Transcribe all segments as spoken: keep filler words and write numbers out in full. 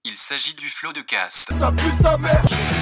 Il s'agit du Flow de Cast. Ça pue sa mère.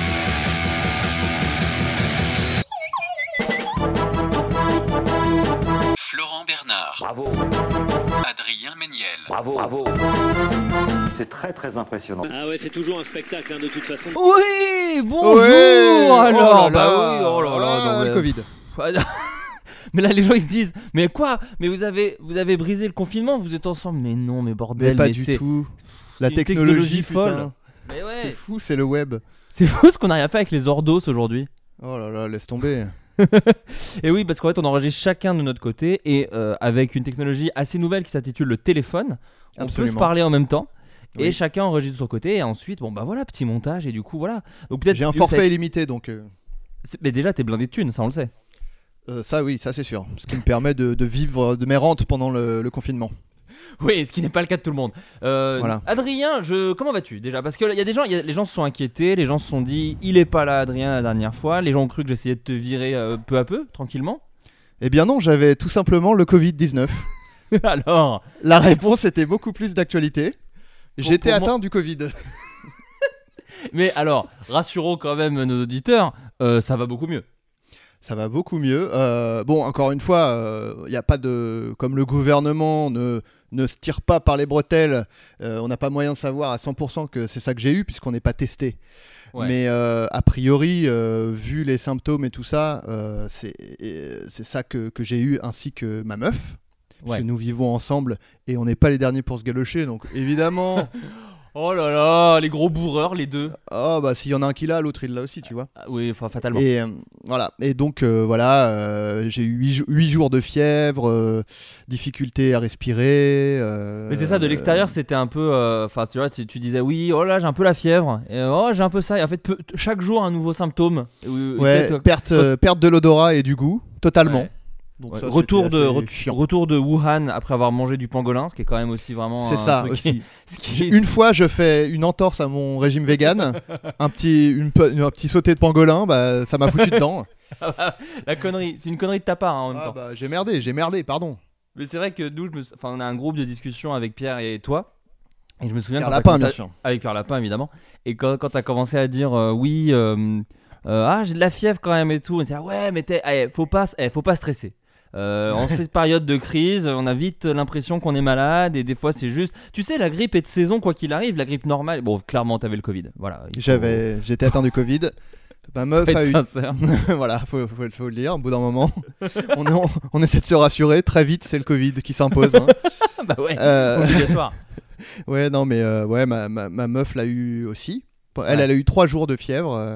Florent Bernard. Bravo. Adrien Méniel. Bravo. Bravo. C'est très très impressionnant. Ah ouais, c'est toujours un spectacle hein, de toute façon. Oui, bonjour. Ouais. Alors, Oh là bah là. oui, oh là là, Ah, non, mais- le Covid. Mais là, les gens ils se disent, mais quoi? Mais vous avez, vous avez brisé le confinement, vous êtes ensemble? Mais non, mais bordel, Mais pas mais du c'est, tout. c'est La une technologie, folle. putain. Mais C'est ouais, fou, c'est le web. c'est fou ce qu'on a rien fait avec les ordos aujourd'hui. Oh là là, laisse tomber. Et oui, parce qu'en fait, on enregistre chacun de notre côté et euh, avec une technologie assez nouvelle qui s'appelle le téléphone, on peut Absolument. se parler en même temps. Et Oui. chacun enregistre de son côté et ensuite, bon bah voilà, petit montage et du coup voilà. Donc peut-être J'ai un que forfait ça- illimité, donc euh, c'est- Mais déjà, t'es blindé de thunes, ça on le sait. euh, ça oui, ça c'est sûr. Ce qui me permet de, de vivre de mes rentes pendant le, le confinement. Oui, ce qui n'est pas le cas de tout le monde. Euh, Voilà. Adrien, je... comment vas-tu déjà? Parce que il y a des gens, y a... les gens se sont inquiétés, les gens se sont dit, il est pas là, Adrien, la dernière fois. Les gens ont cru que j'essayais de te virer euh, peu à peu, tranquillement. Eh bien non, j'avais tout simplement le covid dix-neuf. Alors, La réponse était beaucoup plus d'actualité. J'étais pour moi- atteint du Covid. mais alors, rassurons quand même nos auditeurs, euh, ça va beaucoup mieux. Ça va beaucoup mieux. Euh, bon, encore une fois, il n'y a pas de... Comme le gouvernement ne, ne se tire pas par les bretelles, euh, on n'a pas moyen de savoir à cent pour cent que c'est ça que j'ai eu, puisqu'on n'est pas testé. Ouais. Mais euh, a priori, euh, vu les symptômes et tout ça, euh, c'est euh, c'est ça que, que j'ai eu, ainsi que ma meuf. Parce Ouais. que nous vivons ensemble et on n'est pas les derniers pour se galocher, donc évidemment... Oh là là, les gros bourreurs, les deux. Oh bah s'il y en a un qui l'a, l'autre il l'a aussi, tu vois. Ah, oui, enfin fatalement. Et euh, voilà. Et donc euh, voilà, euh, j'ai eu huit jours de fièvre, euh, difficulté à respirer. euh, Mais c'est ça, de l'extérieur, c'était un peu. Enfin, tu vois, tu, tu disais oui, oh là, j'ai un peu la fièvre. Et oh, j'ai un peu ça. Et en fait, peu- chaque jour, un nouveau symptôme. Euh, Ouais, peut-être- perte, euh, perte de l'odorat et du goût, totalement. Ouais. Donc Ouais, ça, retour, c'était de, assez re- chiant. retour de Wuhan après avoir mangé du pangolin, ce qui est quand même aussi vraiment. C'est un ça truc aussi. qui- ce qui est- Une fois, je fais une entorse à mon régime vegan, un petit, une, pe- un petit sauté de pangolin, bah, ça m'a foutu dedans. La connerie, c'est une connerie de ta part hein, en même Ah, temps. bah, j'ai merdé, j'ai merdé, pardon. Mais c'est vrai que nous, je me... enfin, on a un groupe de discussion avec Pierre et toi. Et je me souviens Pierre quand t'as Lapin, commencé bien à- sûr. Avec Pierre Lapin évidemment. Et quand, quand t'as commencé à dire euh, oui, euh, euh, ah j'ai de la fièvre quand même et tout, on était là, ouais mais t'es, eh, faut pas, eh, faut pas stresser. Euh, en cette période de crise, on a vite l'impression qu'on est malade et des fois c'est juste, tu sais, la grippe est de saison quoi qu'il arrive, la grippe normale. Bon, clairement t'avais le Covid, voilà. il faut- J'avais, j'étais atteint du Covid. Ma meuf faut a être eu. sincère. Voilà, faut, faut, faut le dire, au bout d'un moment. on, est- on, on essaie de se rassurer, très vite, c'est le Covid qui s'impose. hein. Bah ouais, Euh, obligatoire. ouais, non, mais euh, ouais, ma, ma, ma meuf l'a eu aussi. Elle, Ouais. elle a eu trois jours de fièvre. euh,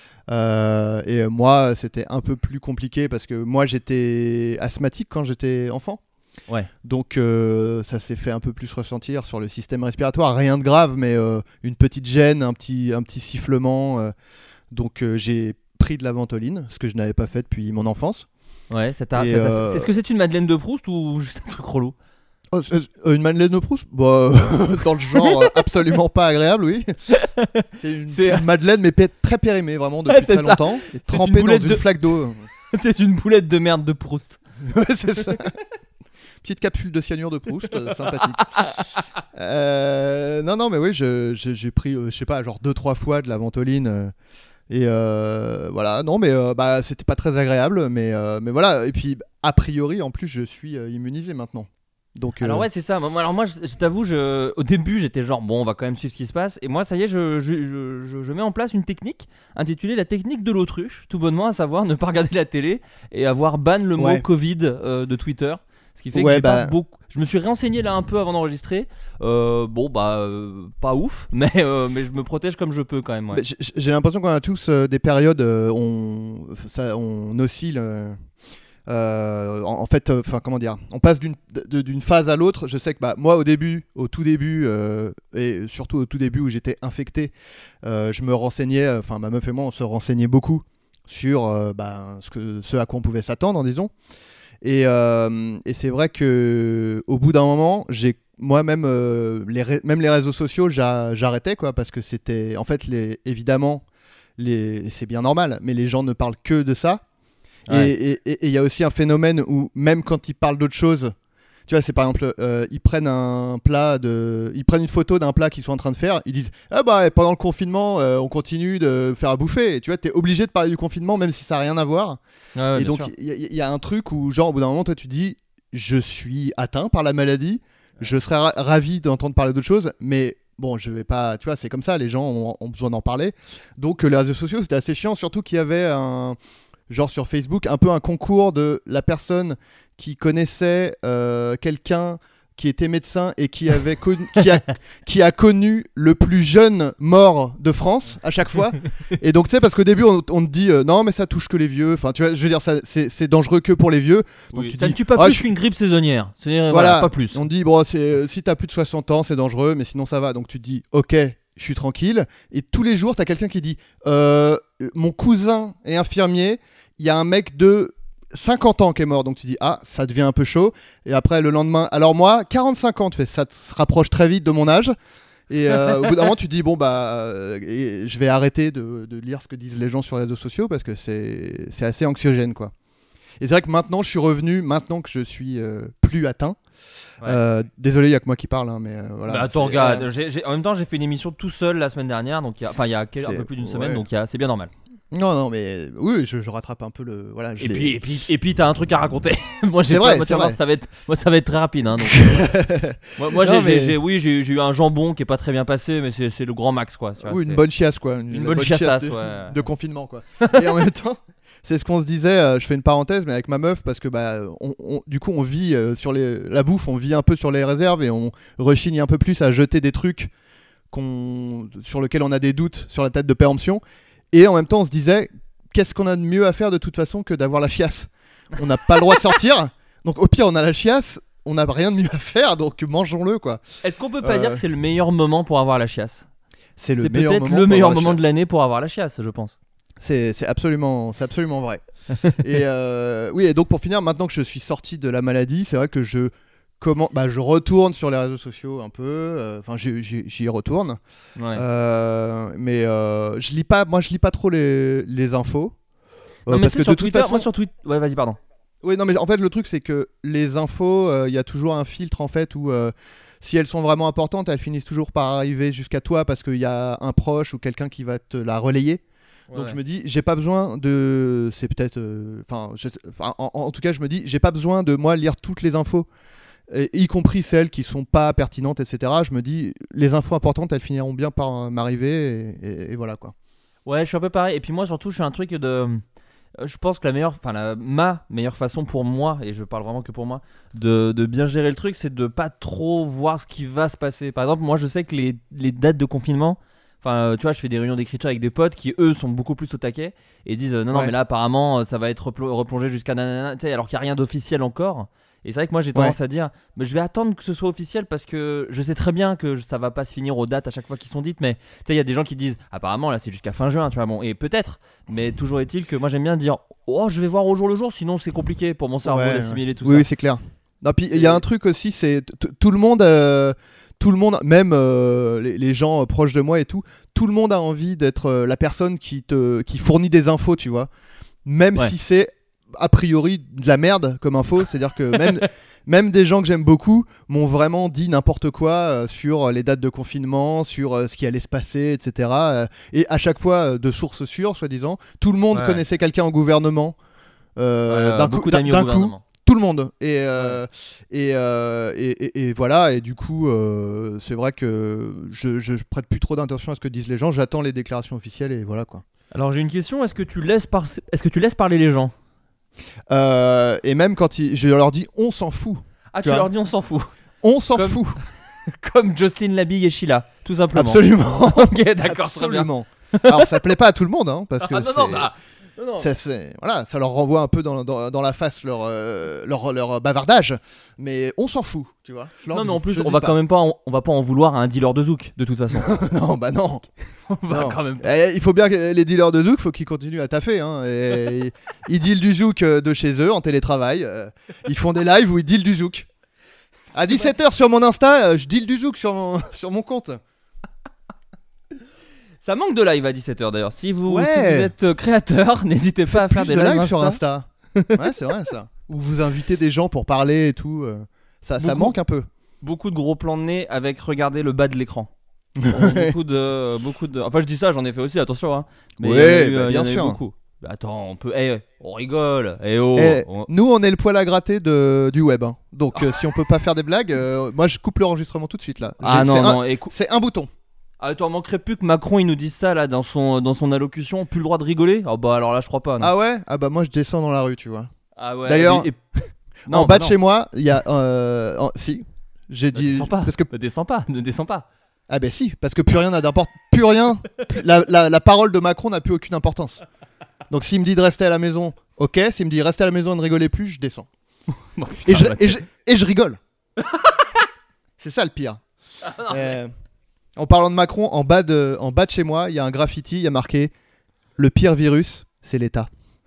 euh, et moi, c'était un peu plus compliqué parce que moi, j'étais asthmatique quand j'étais enfant. Ouais. Donc, euh, ça s'est fait un peu plus ressentir sur le système respiratoire. Rien de grave, mais euh, une petite gêne, un petit, un petit sifflement. euh, donc, euh, j'ai pris de la ventoline, ce que je n'avais pas fait depuis mon enfance. Ouais, ça t'a, Et ça t'a fait- euh, c'est- Est-ce que c'est une Madeleine de Proust ou juste un truc relou? Oh, c'est- euh, une Madeleine de Proust bah, dans le genre euh, absolument pas agréable, oui. C'est une, C'est- une Madeleine, mais pé- très périmée, vraiment, depuis Ouais, c'est très ça. longtemps. Et une trempée dans boulette une de- flaque d'eau. C'est une boulette de merde de Proust. Ouais, c'est ça. Petite capsule de cyanure de Proust, euh, sympathique. Euh, non, non, mais oui, je- je- j'ai pris, euh, je sais pas, genre deux, trois fois de la ventoline. euh, et euh, voilà, non, mais euh, bah, c'était pas très agréable. Mais, euh, mais voilà, et puis, a priori, en plus, je suis euh, immunisé maintenant. Donc, euh, Alors ouais c'est ça, moi, alors moi je, je t'avoue, je, au début j'étais genre bon on va quand même suivre ce qui se passe et moi ça y est je, je, je, je- je mets en place une technique intitulée la technique de l'autruche, tout bonnement à savoir ne pas regarder la télé et avoir ban le mot Ouais. Covid euh, de Twitter. Ce qui fait que Ouais, j'ai bah- pas beaucoup... Je me suis renseigné là un peu avant d'enregistrer. Euh, bon bah euh, pas ouf, mais, euh, mais je me protège comme je peux quand même. Ouais. Bah, j'ai- J'ai l'impression qu'on a tous euh, des périodes, euh, on, ça, on oscille. euh, euh, en, en fait, enfin comment dire, on passe d'une de- d'une phase à l'autre. Je sais que bah, moi, au début, au tout début, euh, et surtout au tout début où j'étais infecté, euh, je me renseignais. Enfin, ma meuf et moi, on se renseignait beaucoup sur euh, bah, ce, que, ce à quoi on pouvait s'attendre, disons. Et, euh, et c'est vrai que au bout d'un moment, j'ai moi-même euh, les ré- même les réseaux sociaux, j'a- j'arrêtais quoi, parce que c'était en fait les évidemment les c'est bien normal, mais les gens ne parlent que de ça. Ouais. Et il et, et- et il y a aussi un phénomène où même quand ils parlent d'autre chose, Tu vois, c'est par exemple, euh, ils prennent un plat de, ils prennent une photo d'un plat qu'ils sont en train de faire. Ils disent, ah bah pendant le confinement, euh, on continue de faire à bouffer. Et tu vois, t'es obligé de parler du confinement, même si ça n'a rien à voir. Ouais, ouais, et bien donc, sûr. il y, y a un truc où, genre, au bout d'un moment, toi, tu dis, je suis atteint par la maladie. Je serais ra- ravi d'entendre parler d'autre chose, mais bon, je vais pas. Tu vois, c'est comme ça. Les gens ont, ont besoin d'en parler. Donc, euh, les réseaux sociaux, c'était assez chiant, surtout qu'il y avait un, genre sur Facebook, un peu un concours de la personne qui connaissait euh, quelqu'un qui était médecin et qui avait connu, qui, a, qui a connu le plus jeune mort de France à chaque fois. Et donc tu sais, parce qu'au début on, on te dit euh, non mais ça touche que les vieux. Enfin tu vois, je veux dire ça, c'est, c'est dangereux que pour les vieux. Donc Oui, tu ça dis, ne tue pas ah, plus je- qu'une grippe saisonnière. C'est-à-dire, Voilà. voilà, pas plus. On te dit bon, c'est, si t'as plus de soixante ans c'est dangereux, mais sinon ça va. Donc tu te dis ok, je suis tranquille. Et tous les jours t'as quelqu'un qui dit euh, mon cousin est infirmier. Il y a un mec de cinquante ans qui est mort, donc tu dis ah ça devient un peu chaud. Et après le lendemain, alors moi quarante-cinq ans, tu fais ça se rapproche très vite de mon âge. Et euh, au bout d'un moment tu dis bon bah euh, et je vais arrêter de, de lire ce que disent les gens sur les réseaux sociaux parce que c'est c'est assez anxiogène quoi. Et c'est vrai que maintenant je suis revenu, maintenant que je suis euh, plus atteint. Ouais. Euh, désolé, il y a que moi qui parle, hein, mais euh, voilà. Bah, attends, c'est- regarde, euh, j'ai- j'ai- en même temps, j'ai fait une émission tout seul la semaine dernière, donc il y a- enfin, il y a quel- un C'est- peu plus d'une semaine, ouais. donc il y a- c'est bien normal. Non, non, mais oui, je, je rattrape un peu le. Voilà, je Et l'ai- puis, et puis, et puis, t'as un truc à raconter. moi, j'ai C'est pas- vrai, moi, tu c'est vas voir, vrai. ça va être, moi, ça va être très rapide. Hein, donc, euh, moi, moi, Non, j'ai, mais- j'ai- j'ai- oui, j'ai, j'ai eu un jambon qui est pas très bien passé, mais c'est, c'est le grand max, quoi. tu vois, Oui, une c'est- bonne chiasse, quoi. une la bonne chiassasse, de, ouais. de confinement, quoi. Et en même temps, c'est ce qu'on se disait. euh, je fais une parenthèse, mais avec ma meuf, parce que bah, on, on- du coup, on vit euh, sur les, la bouffe, on vit un peu sur les réserves et on rechigne un peu plus à jeter des trucs qu'on, sur lesquels on a des doutes sur la tête de péremption. Et en même temps, on se disait, qu'est-ce qu'on a de mieux à faire de toute façon que d'avoir la chiasse? On n'a pas le droit de sortir, donc au pire, on a la chiasse. On n'a rien de mieux à faire, donc mangeons-le, quoi. Est-ce qu'on peut pas Euh, dire que c'est le meilleur moment pour avoir la chiasse? C'est le C'est meilleur peut-être moment le pour meilleur avoir la moment chiasse. de l'année pour avoir la chiasse, je pense. C'est, c'est absolument, c'est absolument vrai. et euh, oui, et donc pour finir, maintenant que je suis sorti de la maladie, c'est vrai que je, comment, bah, je retourne sur les réseaux sociaux un peu. euh, Enfin, j'y, j'y- j'y retourne. Ouais. Euh, mais euh, je lis pas, moi, je lis pas trop les, les infos. Euh, non, mais parce tu sais, que sur de toute Twitter, façon, moi sur Twitter. Ouais, vas-y, pardon. oui, non, mais en fait, le truc, c'est que les infos, il y a toujours un filtre en fait où. euh, Si elles sont vraiment importantes, elles finissent toujours par arriver jusqu'à toi parce qu'il y a un proche ou quelqu'un qui va te la relayer. Donc Ouais, je me dis, j'ai pas besoin de. C'est peut-être. Enfin, euh, en, en tout cas, je me dis, j'ai pas besoin de moi lire toutes les infos, et, y compris celles qui sont pas pertinentes, et cetera. Je me dis, les infos importantes, elles finiront bien par euh, m'arriver, et, et- et voilà quoi. Ouais, je suis un peu pareil. Et puis moi, surtout, je suis un truc de. euh, Je pense que la meilleure, enfin la, ma meilleure façon pour moi, et je parle vraiment que pour moi, de, de bien gérer le truc, c'est de pas trop voir ce qui va se passer. Par exemple, moi, je sais que les, les dates de confinement, enfin, euh, tu vois, je fais des réunions d'écriture avec des potes qui eux sont beaucoup plus au taquet et disent euh, non, non, Ouais. mais là, apparemment, euh, ça va être replo- replongé jusqu'à nanana, tu sais, alors qu'il y a rien d'officiel encore. Et c'est vrai que moi j'ai tendance à dire mais je vais attendre que ce soit officiel parce que je sais très bien que ça va pas se finir aux dates à chaque fois qui sont dites, mais tu sais il y a des gens qui disent apparemment là c'est jusqu'à fin juin, tu vois, bon, et peut-être, mais toujours est-il que moi j'aime bien dire oh je vais voir au jour le jour, sinon c'est compliqué pour mon cerveau Ouais, d'assimiler ouais. tout Oui, ça. oui, c'est clair. Non, puis il y C'est- a un truc aussi, c'est t- tout le monde, euh, tout le monde, même euh, les, les gens euh, proches de moi et tout, tout le monde a envie d'être euh, la personne qui te, qui fournit des infos, tu vois. Même Ouais. si c'est a priori de la merde comme info, c'est-à-dire que même, même des gens que j'aime beaucoup m'ont vraiment dit n'importe quoi euh, sur les dates de confinement, sur euh, ce qui allait se passer, et cetera. euh, et à chaque fois euh, de sources sûres, soi-disant, tout le monde Ouais. connaissait quelqu'un au gouvernement. euh, Ouais, d'un beaucoup coup, d'amis d'un au coup, gouvernement. tout le monde et euh, et, euh, et, et- et voilà et du coup euh, c'est vrai que je, je prête plus trop d'attention à ce que disent les gens, j'attends les déclarations officielles et voilà quoi. Alors j'ai une question, est-ce que tu laisses par... est-ce que tu laisses parler les gens? Euh, et même quand ils, je leur dis on s'en fout, Ah Tu tu vois. leur dis on s'en fout. on s'en Comme- fout Comme Jocelyne Labille et Sheila, tout simplement. absolument. Ok, d'accord, très bien. Absolument. Alors ça plaît pas à tout le monde hein, parce que Ah non, non, c'est- bah, non, non. ça, c'est- voilà, ça leur renvoie un peu dans, dans, dans la face leur, euh, leur, leur bavardage, mais on s'en fout, tu vois. Je leur Non dis, mais en plus je on dis va pas. quand même pas en- on va pas en vouloir à un dealer de zouk de toute façon. Non, bah non. On va Non. quand même. Eh, il faut bien que les dealers de zouk, faut qu'ils continuent à taffer. Hein, et ils dealent du zouk euh, de chez eux en télétravail. euh, ils font des lives où ils dealent du zouk. À dix-sept heures sur mon Insta, euh, je deal du zouk sur mon, sur mon compte. Ça manque de live à dix-sept heures d'ailleurs. Si vous, Ouais. si vous êtes euh, créateur, n'hésitez pas à faire Plus des de lives lives sur Insta. Insta. Ouais, c'est vrai ça. Où vous invitez des gens pour parler et tout. euh, Ça, ça Beaucoup. manque un peu. Beaucoup de gros plans de nez avec regarder le bas de l'écran. Euh, beaucoup de, beaucoup de. Enfin, je dis ça, j'en ai fait aussi, attention. Hein. Mais Ouais, il y en a eu, bah, euh, il y bien en a eu sûr. beaucoup. Bah, attends, on peut. Eh, on rigole. Eh oh. Eh, on- Nous, on est le poil à gratter de, du web. hein. Donc, euh, si on peut pas faire des blagues, euh, moi, je coupe l'enregistrement tout de suite là. Ah J'ai- non, c'est un- non. écou- C'est un bouton. Ah, attends, manquerait plus que Macron il nous dise ça là dans son, dans son allocution. Plus le droit de rigoler. Ah bah alors là, je crois pas. Non. Ah ouais. Ah bah moi, je descends dans la rue, tu vois. Ah ouais. D'ailleurs, et- et- en Non, bas bah de non. chez moi, il y a. Euh, en- Si. J'ai Ne dit. descends pas. Parce que Ne descends pas. Ne descends pas. Ah ben si, parce que plus rien n'a d'importance. Plus rien. La, la, la parole de Macron n'a plus aucune importance. Donc s'il me dit de rester à la maison, ok. S'il me dit rester à la maison et ne rigoler plus, je descends. Bon, putain, Et je, bah, et je, et je rigole. C'est ça le pire. Ah, Euh, en parlant de Macron, en bas de, en bas de chez moi, il y a un graffiti, il y a marqué « Le pire virus, c'est l'État ».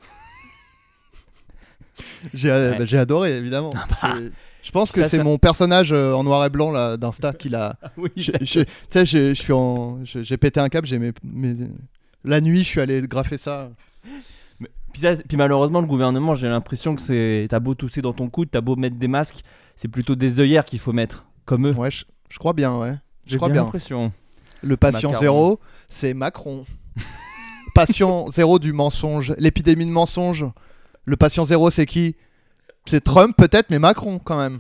J'ai Ouais. bah, j'ai adoré, évidemment. C'est- Je pense que Ça, c'est ça- mon personnage euh, en noir et blanc là, d'Insta qui l'a... oui, Je- ça- je- Tu sais, je je suis en, je- j'ai pété un câble. J'ai mes, mes- la nuit, je suis allé graffer ça. Puis, ça, puis malheureusement, le gouvernement, j'ai l'impression que c'est. T'as beau tousser dans ton coude, t'as beau mettre des masques, c'est plutôt des œillères qu'il faut mettre, comme eux. Ouais, je, je crois bien, ouais. Je J'ai crois bien bien. l'impression. Le patient Macaron. zéro, c'est Macron. Patient zéro du mensonge, l'épidémie de mensonge. Le patient zéro, c'est qui? C'est Trump peut-être, mais Macron quand même.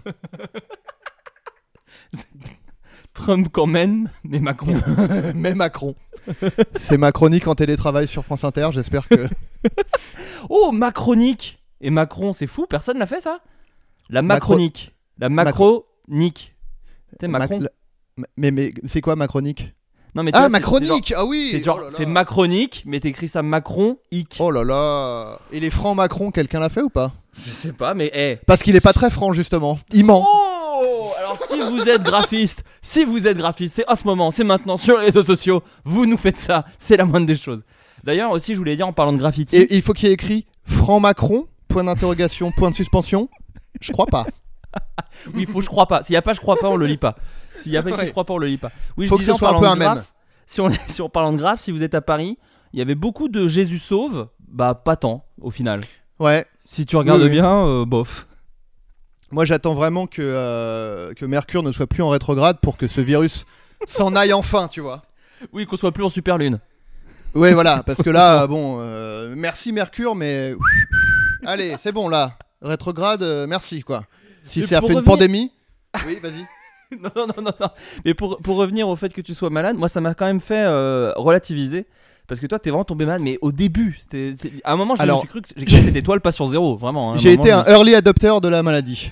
Trump quand même, mais Macron. Mais Macron. C'est ma chronique en télétravail sur France Inter. J'espère que. Oh, Macronique et Macron, c'est fou, personne n'a fait ça. La Macro- Macronique. La Macronique. Tu sais, Macron. Mac- la- Mais, mais c'est quoi ma chronique? Non, mais tu Ah, vois, ma c'est- c'est genre- chronique. Ah oui. C'est genre, oh là là. c'est Macronique, mais t'écris ça Macron-ique. Oh là là. Et les francs Macron, quelqu'un l'a fait ou pas? Je sais pas, mais eh. Parce qu'il est pas très franc justement. Il ment. Oh, alors si vous êtes graphiste, si vous êtes graphiste, c'est en ce moment, c'est maintenant sur les réseaux sociaux, vous nous faites ça, c'est la moindre des choses. D'ailleurs aussi, je voulais dire en parlant de graffiti. Et il faut qu'il y ait écrit franc Macron, point d'interrogation, point de suspension. Je crois pas. Oui, il faut je crois pas. S'il y a pas je crois pas, on le lit pas. S'il y a pas écrit Ouais. je crois pas, on le lit pas. Oui, Faut je que disais ce en soit un parlant peu de un graphe, mème. si on si on parle de graphe, si vous êtes à Paris, il y avait beaucoup de Jésus sauve, bah pas tant au final. Ouais. Si tu regardes Oui, oui. bien, euh, bof. Moi, j'attends vraiment que, euh, que Mercure ne soit plus en rétrograde pour que ce virus s'en aille enfin, tu vois. Oui, qu'on soit plus en super lune. Ouais, voilà, parce que là, bon, euh, merci Mercure, mais allez, c'est bon là, rétrograde, euh, merci quoi. Si Mais ça a pour fait une revenir- pandémie, oui, vas-y. non, non, non, non, non. Mais pour, pour revenir au fait que tu sois malade, moi ça m'a quand même fait euh, relativiser. Parce que toi t'es vraiment tombé malade, mais au début, c'était- c'est- à un moment j'ai Alors, j'ai cru que j'ai cru que c'était toi le patient zéro, vraiment. hein, à J'ai moment, été je me un early adopter de la maladie.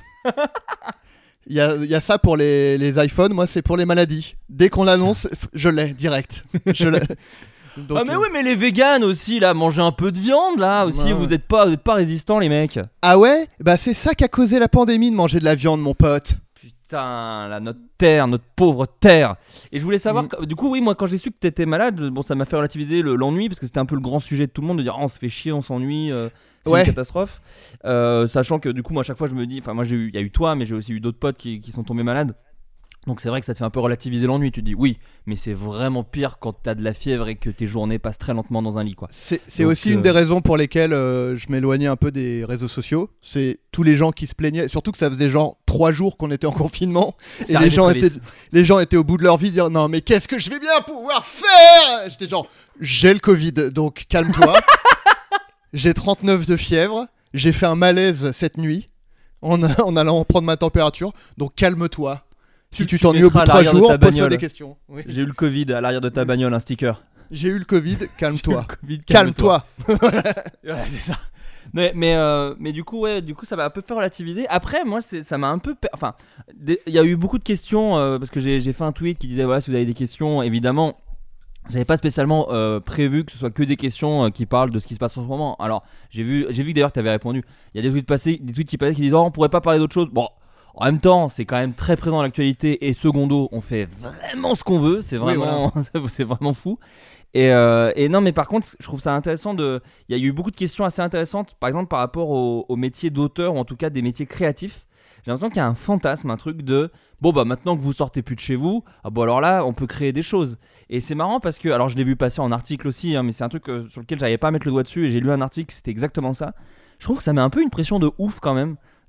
Il y a, il y a ça pour les, les iPhones, moi c'est pour les maladies. Dès qu'on l'annonce, f- je l'ai direct. Je l'ai. Donc, ah mais euh, oui, mais les véganes aussi là, mangez un peu de viande là aussi, Ouais. vous êtes pas, vous êtes pas résistants les mecs. Ah ouais? Bah c'est ça qui a causé la pandémie de manger de la viande, mon pote. Putain, là, notre terre, notre pauvre terre. Et je voulais savoir, Mm. que- du coup, oui, moi quand j'ai su que t'étais malade, bon, ça m'a fait relativiser le- l'ennui parce que c'était un peu le grand sujet de tout le monde de dire, oh, on se fait chier, on s'ennuie, euh, c'est Ouais. une catastrophe. Euh, sachant que du coup, moi à chaque fois, je me dis, enfin, moi j'ai eu, il y a eu toi, mais j'ai aussi eu d'autres potes qui, qui sont tombés malades. Donc c'est vrai que ça te fait un peu relativiser l'ennui. Tu te dis, oui, mais c'est vraiment pire quand t'as de la fièvre et que tes journées passent très lentement dans un lit, quoi. C'est c'est Donc, aussi euh, une des raisons pour lesquelles euh, je m'éloignais un peu des réseaux sociaux. C'est tous les gens qui se plaignaient, surtout que ça faisait genre trois jours qu'on était en confinement et les arrivé gens, très étaient, vite. les gens étaient au bout de leur vie, dire non mais qu'est-ce que je vais bien pouvoir faire? J'étais genre j'ai le Covid donc calme-toi. J'ai trente-neuf de fièvre, j'ai fait un malaise cette nuit en, en allant prendre ma température donc calme-toi. Si Tu- tu tu t'ennuies au bout mettras de à trois l'arrière de jours, ta pose-toi bagnole. des questions. Oui. J'ai eu le Covid à l'arrière de ta bagnole, un sticker. J'ai eu le Covid, calme-toi. Covid, Calme-toi. Ouais, c'est ça. Mais, mais, euh, mais du coup, ouais, du coup, ça m'a un peu fait relativiser. Après, moi, c'est, ça m'a un peu. per- Enfin, des- il y a eu beaucoup de questions euh, parce que j'ai, j'ai fait un tweet qui disait voilà, si vous avez des questions, évidemment. J'avais pas spécialement euh, prévu que ce soit que des questions euh, qui parlent de ce qui se passe en ce moment. Alors, j'ai vu, j'ai vu que d'ailleurs tu avais répondu. Il y a des tweets passés, des tweets qui passaient qui disent oh, on pourrait pas parler d'autre chose. Bon, en même temps, c'est quand même très présent dans l'actualité et secondo, on fait vraiment ce qu'on veut. C'est Oui, vraiment, c'est vraiment fou. Et, euh, et non, mais par contre, je trouve ça intéressant de. Il y a eu beaucoup de questions assez intéressantes, par exemple par rapport au, au métier d'auteur ou en tout cas des métiers créatifs. J'ai l'impression qu'il y a un fantasme, un truc de bon bah maintenant que vous sortez plus de chez vous, ah bon alors là on peut créer des choses. Et c'est marrant parce que alors je l'ai vu passer en article aussi, hein, mais c'est un truc euh, sur lequel j'arrivais pas à mettre le doigt dessus et j'ai lu un article, c'était exactement ça. Je trouve que ça met un peu une pression de ouf quand même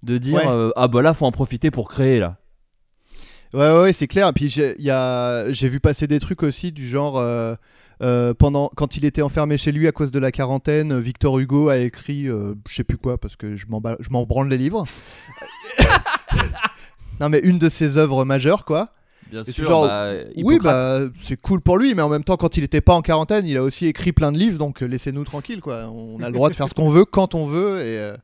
de dire Ouais. euh, ah bah là faut en profiter pour créer là. Ouais, ouais, ouais, c'est clair. Et puis j'ai, y a, j'ai vu passer des trucs aussi du genre euh, euh, pendant quand il était enfermé chez lui à cause de la quarantaine, Victor Hugo a écrit, euh, je sais plus quoi parce que je m'en, ba- je m'en branle les livres. Non mais une de ses œuvres majeures quoi. Bien Et sûr. genre, bah, Oui, Hippocrate. bah c'est cool pour lui, mais en même temps, quand il était pas en quarantaine, il a aussi écrit plein de livres, donc euh, laissez-nous tranquilles, quoi. On a le droit de faire ce qu'on veut, quand on veut, et, euh,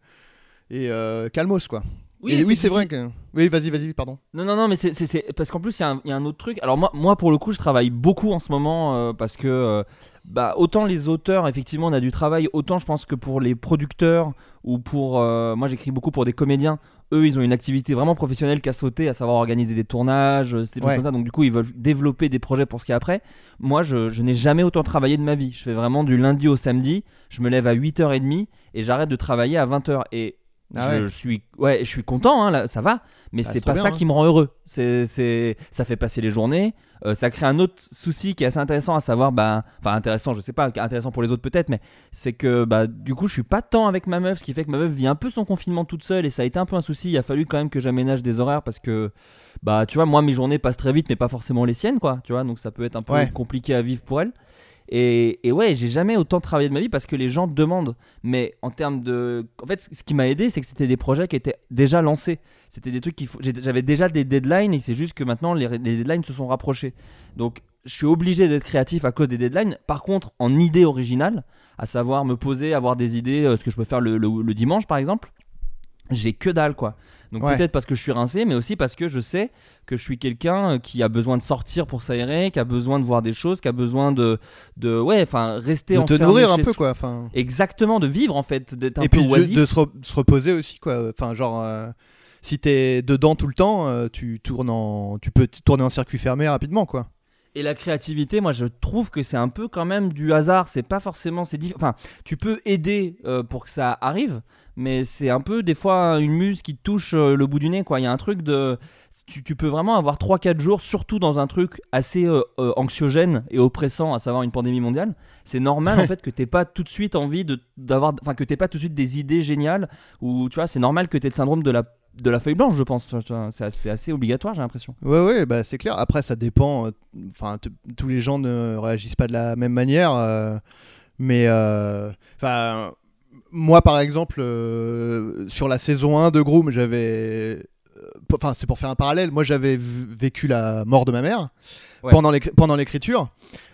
et euh, calmos, quoi. Oui, Et c'est oui, c'est vrai difficile. que. Oui, vas-y, vas-y, pardon. Non, non, non, mais c'est, c'est, c'est- parce qu'en plus, il y, a un- il y a un autre truc. Alors, moi, moi, pour le coup, je travaille beaucoup en ce moment euh, parce que, euh, bah, autant les auteurs, effectivement, on a du travail, autant je pense que pour les producteurs ou pour. euh, moi, j'écris beaucoup pour des comédiens. Eux, ils ont une activité vraiment professionnelle qu'à sauter, à savoir organiser des tournages, euh, des choses Ouais. comme ça. Donc, du coup, ils veulent développer des projets pour ce qu'il y a après. Moi, je, je n'ai jamais autant travaillé de ma vie. Je fais vraiment du lundi au samedi. Je me lève à huit heures trente et j'arrête de travailler à vingt heures. Et. Ah je, ouais. je suis ouais je suis content hein, là, ça va mais Ah, c'est c'est pas trop ça bien, qui me rend heureux c'est, c'est ça fait passer les journées euh, ça crée un autre souci qui est assez intéressant à savoir bah enfin intéressant je sais pas intéressant pour les autres peut-être mais c'est que bah du coup je suis pas tant avec ma meuf ce qui fait que ma meuf vit un peu son confinement toute seule et ça a été un peu un souci il a fallu quand même que j'aménage des horaires parce que bah tu vois moi mes journées passent très vite mais pas forcément les siennes quoi tu vois donc ça peut être un peu Ouais. compliqué à vivre pour elle. Et, et ouais, j'ai jamais autant travaillé de ma vie parce que les gens demandent. Mais en termes de. En fait, ce qui m'a aidé, c'est que c'était des projets qui étaient déjà lancés. C'était des trucs qu'il faut. j'ai- J'avais déjà des deadlines et c'est juste que maintenant les, les deadlines se sont rapprochés. Donc je suis obligé d'être créatif à cause des deadlines. Par contre, en idée originale, à savoir me poser, avoir des idées, euh, ce que je peux faire le, le- le dimanche par exemple, j'ai que dalle quoi. Donc Ouais. peut-être parce que je suis rincé, mais aussi parce que je sais que je suis quelqu'un euh, qui a besoin de sortir pour s'aérer, qui a besoin de voir des choses, qui a besoin de, de ouais, enfin rester De te enfermé nourrir un chez peu, soi. quoi. Enfin. Exactement, de vivre en fait, d'être un Et peu puis de, oisif. de se, re- se reposer aussi, quoi. Enfin, genre, euh, si t'es dedans tout le temps, euh, tu tournes en, tu peux t- tourner en circuit fermé rapidement, quoi. Et la créativité, moi je trouve que c'est un peu quand même du hasard. C'est pas forcément. C'est diff- Enfin, tu peux aider euh, pour que ça arrive, mais c'est un peu des fois une muse qui te touche euh, le bout du nez, quoi. Il y a un truc de. Tu, tu peux vraiment avoir trois quatre jours, surtout dans un truc assez euh, euh, anxiogène et oppressant, à savoir une pandémie mondiale. C'est normal en fait que t'aies pas tout de suite envie de, d'avoir. Enfin, que t'aies pas tout de suite des idées géniales. Ou tu vois, c'est normal que t'aies le syndrome de la, de la feuille blanche, je pense. Tu vois, C'est assez, assez obligatoire, j'ai l'impression. Ouais, ouais, bah c'est clair. Après, ça dépend. euh, Enfin, t- tous les gens ne réagissent pas de la même manière. euh, mais, euh, enfin, moi, par exemple, euh, sur la saison un de Groom, j'avais. euh, Enfin, c'est pour faire un parallèle. Moi, j'avais v- vécu la mort de ma mère Ouais. pendant, l'écri- pendant l'écriture.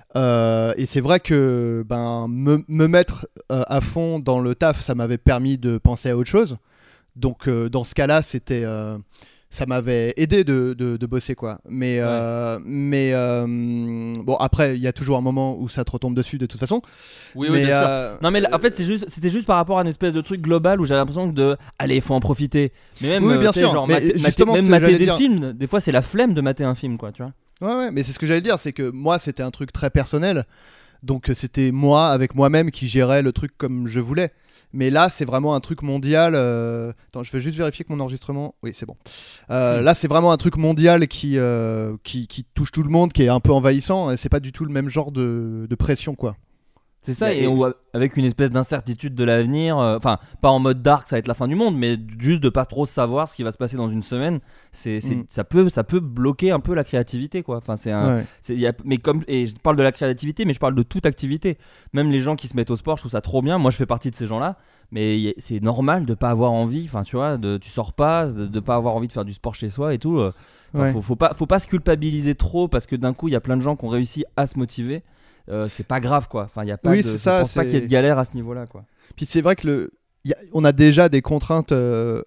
Euh, et c'est vrai que ben, me, me mettre euh, à fond dans le taf, ça m'avait permis de penser à autre chose. Donc, euh, dans ce cas-là, c'était. euh, ça m'avait aidé de, de, de bosser quoi mais euh, mais euh, bon après il y a toujours un moment où ça te retombe dessus de toute façon Oui, mais oui, bien sûr. euh, Non mais là, en fait c'est juste, c'était juste par rapport à une espèce de truc global où j'avais l'impression que de allez faut en profiter mais même Oui, euh, bien tu sais, sûr, genre mais mater, mater- justement, ce même que mater j'allais des dire. films des fois c'est la flemme de mater un film quoi tu vois. ouais ouais mais c'est ce que j'allais dire, c'est que moi c'était un truc très personnel, donc euh, c'était moi avec moi-même qui gérais le truc comme je voulais. Mais là c'est vraiment un truc mondial. euh... Attends, je vais juste vérifier que mon enregistrement, oui c'est bon. Euh, Hmm. là c'est vraiment un truc mondial qui, euh, qui qui touche tout le monde, qui est un peu envahissant, et c'est pas du tout le même genre de, de pression quoi. C'est ça, Et- et on- avec une espèce d'incertitude de l'avenir, euh, enfin pas en mode dark ça va être la fin du monde mais juste de pas trop savoir ce qui va se passer dans une semaine, c'est, c'est- Mm. ça peut ça peut bloquer un peu la créativité quoi. Enfin c'est un, Ouais. C'est- y a- mais comme, et je parle de la créativité, mais je parle de toute activité. Même les gens qui se mettent au sport, je trouve ça trop bien. Moi, je fais partie de ces gens-là. Mais y a- c'est normal de pas avoir envie. Enfin, tu vois, de, tu sors pas, de, de pas avoir envie de faire du sport chez soi et tout. euh. Enfin, Ouais. faut, faut pas, faut pas se culpabiliser trop parce que d'un coup, il y a plein de gens qui ont réussi à se motiver. Euh, c'est pas grave, quoi. Enfin, il y a pas Oui, de, c'est je ça, pense pas c'est- qu'il y ait de galère à ce niveau-là, quoi. Puis c'est vrai que le, y a- on a déjà des contraintes euh,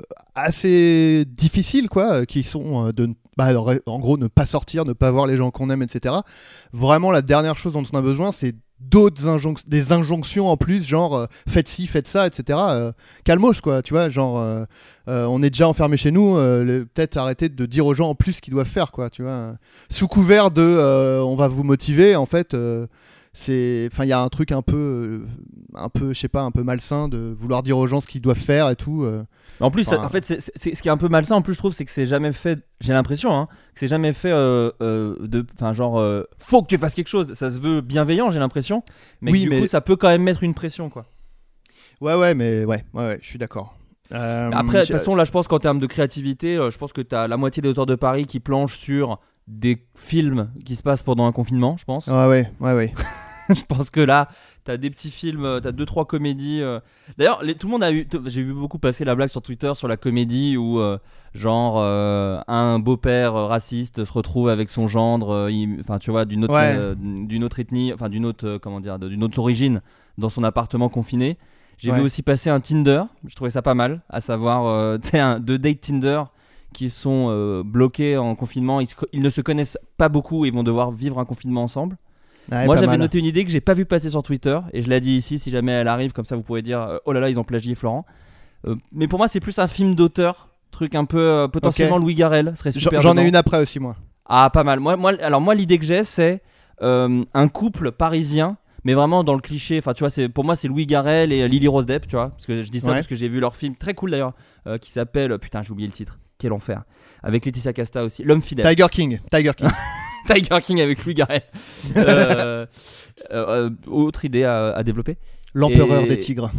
assez difficiles, quoi, euh, qui sont euh, de, ne- bah, en gros, ne pas sortir, ne pas voir les gens qu'on aime, et cetera. Vraiment, la dernière chose dont on a besoin, c'est d'autres injonctions, des injonctions en plus, genre euh, faites ci, faites ça, et cetera. Euh, calmos, quoi, tu vois, genre euh, euh, on est déjà enfermé chez nous, euh, le- peut-être arrêter de dire aux gens en plus ce qu'ils doivent faire, quoi, tu vois. Sous couvert de euh, on va vous motiver, en fait. euh, c'est enfin il y a un truc un peu euh, un peu je sais pas un peu malsain de vouloir dire aux gens ce qu'ils doivent faire et tout euh. Mais en plus, Enfin, ça- en fait, c'est, c'est- c'est- ce qui est un peu malsain, en plus, je trouve, c'est que c'est jamais fait. J'ai l'impression, hein, que c'est jamais fait euh, euh, de, enfin, genre, euh, faut que tu fasses quelque chose. Ça se veut bienveillant, j'ai l'impression, mais Oui, que, du mais- coup, ça peut quand même mettre une pression, quoi. ouais ouais mais ouais ouais, ouais je suis d'accord. Euh, Après, de toute j'ai- façon, là, je pense qu'en termes de créativité, euh, je pense que t'as la moitié des auteurs de Paris qui planchent sur des films qui se passent pendant un confinement, je pense. Ouais, ouais, ouais, ouais. Je pense que là, t'as des petits films, euh, t'as deux trois comédies. euh. D'ailleurs, les- tout le monde a eu. t- J'ai vu beaucoup passer la blague sur Twitter sur la comédie où, euh, genre, euh, un beau-père euh, raciste se retrouve avec son gendre, euh, il- enfin, tu vois, d'une autre, Ouais. euh, d'une autre ethnie, enfin, d'une autre, euh, comment dire, de- d'une autre origine, dans son appartement confiné. J'ai Ouais. vu aussi passer un Tinder. Je trouvais ça pas mal, à savoir, euh, tu sais, un- deux dates Tinder qui sont euh, bloqués en confinement. Ils, se co- ils ne se connaissent pas beaucoup. Ils vont devoir vivre un confinement ensemble. Ouais, Moi pas j'avais mal. noté une idée que j'ai pas vu passer sur Twitter et je l'ai dit ici si jamais elle arrive, comme ça vous pouvez dire euh, oh là là ils ont plagié Florent. Euh, mais pour moi c'est plus un film d'auteur, truc un peu euh, potentiellement Ok. Louis Garrel serait J'en super. j'en ai dedans. une après aussi, moi. Ah pas mal. Moi, moi alors moi l'idée que j'ai c'est euh, un couple parisien. Mais vraiment dans le cliché, enfin tu vois, c'est, pour moi c'est Louis Garrel et euh, Lily Rose Depp, tu vois, parce que je dis ça Ouais. parce que j'ai vu leur film très cool d'ailleurs, euh, qui s'appelle, putain j'ai oublié le titre, quel enfer, avec Laetitia Casta aussi, L'homme fidèle. Tiger King. Tiger King. Tiger King avec Louis Garrel. Euh, euh, euh, autre idée à, à développer. L'empereur Et- des tigres.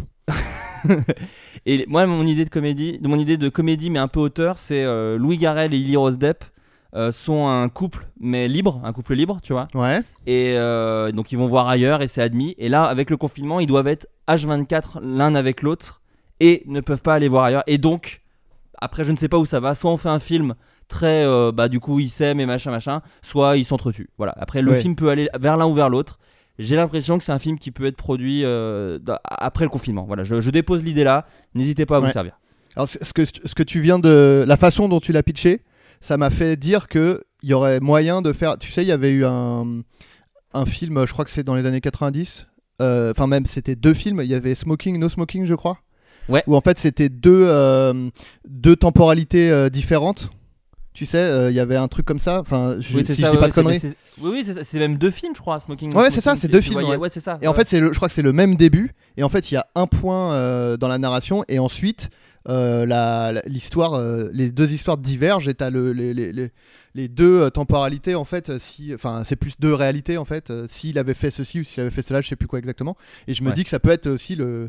Et moi, mon idée de comédie, mon idée de comédie, mais un peu auteur, c'est euh, Louis Garrel et Lily Rose Depp euh, sont un couple, mais libre, un couple libre, tu vois. Ouais. Et euh, donc ils vont voir ailleurs et c'est admis. Et là, avec le confinement, ils doivent être H vingt-quatre l'un avec l'autre et ne peuvent pas aller voir ailleurs. Et donc, après, je ne sais pas où ça va. Soit on fait un film très, euh, bah du coup, ils s'aiment et machin machin. Soit ils s'entretuent. Voilà. Après, le Ouais. film peut aller vers l'un ou vers l'autre. J'ai l'impression que c'est un film qui peut être produit euh, d- après le confinement. Voilà, je, je dépose l'idée là. N'hésitez pas à vous Ouais. servir. Alors, ce ce que, ce que tu viens de. La façon dont tu l'as pitché, ça m'a fait dire qu'il y aurait moyen de faire. Tu sais, il y avait eu un, un film, je crois que c'est dans les années quatre-vingt-dix. euh, Enfin, même, c'était deux films. Il y avait Smoking, No Smoking, je crois. Ouais. Où en fait, c'était deux, euh, deux temporalités euh, différentes. Tu sais, euh, il y avait un truc comme ça. Enfin, je, Oui, c'est si ça, je dis ouais, pas ouais, de conneries. c'est- c'est- Oui, oui, c'est, ça. C'est même deux films, je crois. Smoking. Ouais, c'est ça, Smoking, c'est tu- deux tu films, voyais- ouais. Ouais, c'est ça. Et en ouais. fait, c'est le, je crois que c'est le même début. Et en fait, il y a un point euh, dans la narration. Et ensuite, euh, la- la- l'histoire, euh, les deux histoires divergent. Et t'as le, les, les, les, les deux euh, temporalités, en fait. euh, Si, enfin, c'est plus deux réalités, en fait. euh, S'il avait fait ceci ou s'il avait fait cela, je sais plus quoi exactement. Et je me Ouais. dis que ça peut être aussi le.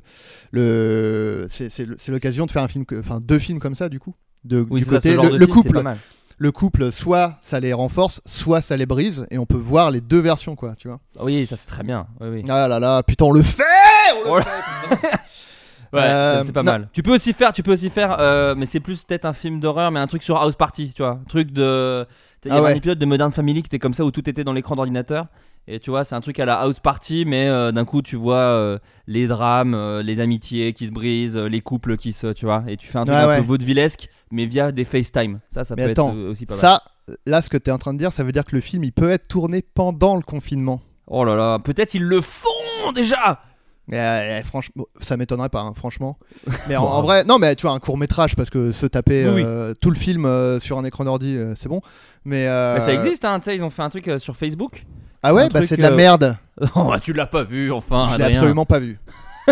le c'est, c'est, le- c'est l'occasion de faire un film, que- enfin, deux films comme ça, du coup. De, Oui, du c'est ça, côté, ce genre le, de le film, c'est couple. pas mal. Le couple, soit ça les renforce, soit ça les brise. Et on peut voir les deux versions, quoi, tu vois. Oui, ça c'est très bien. Oui, oui. Ah là là, putain, on le fait On le Oh là- fait, putain. Ouais, Euh, c'est- c'est pas non. mal. Tu peux aussi faire, tu peux aussi faire, euh, mais c'est plus peut-être un film d'horreur, mais un truc sur House Party, tu vois, un truc de. Il y Ah avait ouais. un épisode de Modern Family qui était comme ça où tout était dans l'écran d'ordinateur. Et tu vois, c'est un truc à la House Party, mais euh, d'un coup tu vois euh, les drames, euh, les amitiés qui se brisent, euh, les couples qui se, tu vois, et tu fais un truc Ouais, un ouais. peu vaudevillesque, mais via des FaceTime. Ça, ça Mais peut attends, être euh, aussi pas mal. ça, là, ce que tu es en train de dire, ça veut dire que le film, il peut être tourné pendant le confinement. Oh là là, peut-être ils le font déjà. Mais euh, franchement, ça m'étonnerait pas, hein, franchement. Mais en, en vrai, non, mais tu vois, un court métrage, parce que se taper Oui, oui. euh, tout le film euh, sur un écran d'ordi, euh, c'est bon. Mais, euh, Mais ça existe, hein, tu sais, ils ont fait un truc euh, sur Facebook. Ah ouais, un bah truc, c'est de la euh, merde. Oh, bah, tu l'as pas vu, enfin. Je l'ai Adrien. absolument pas vu.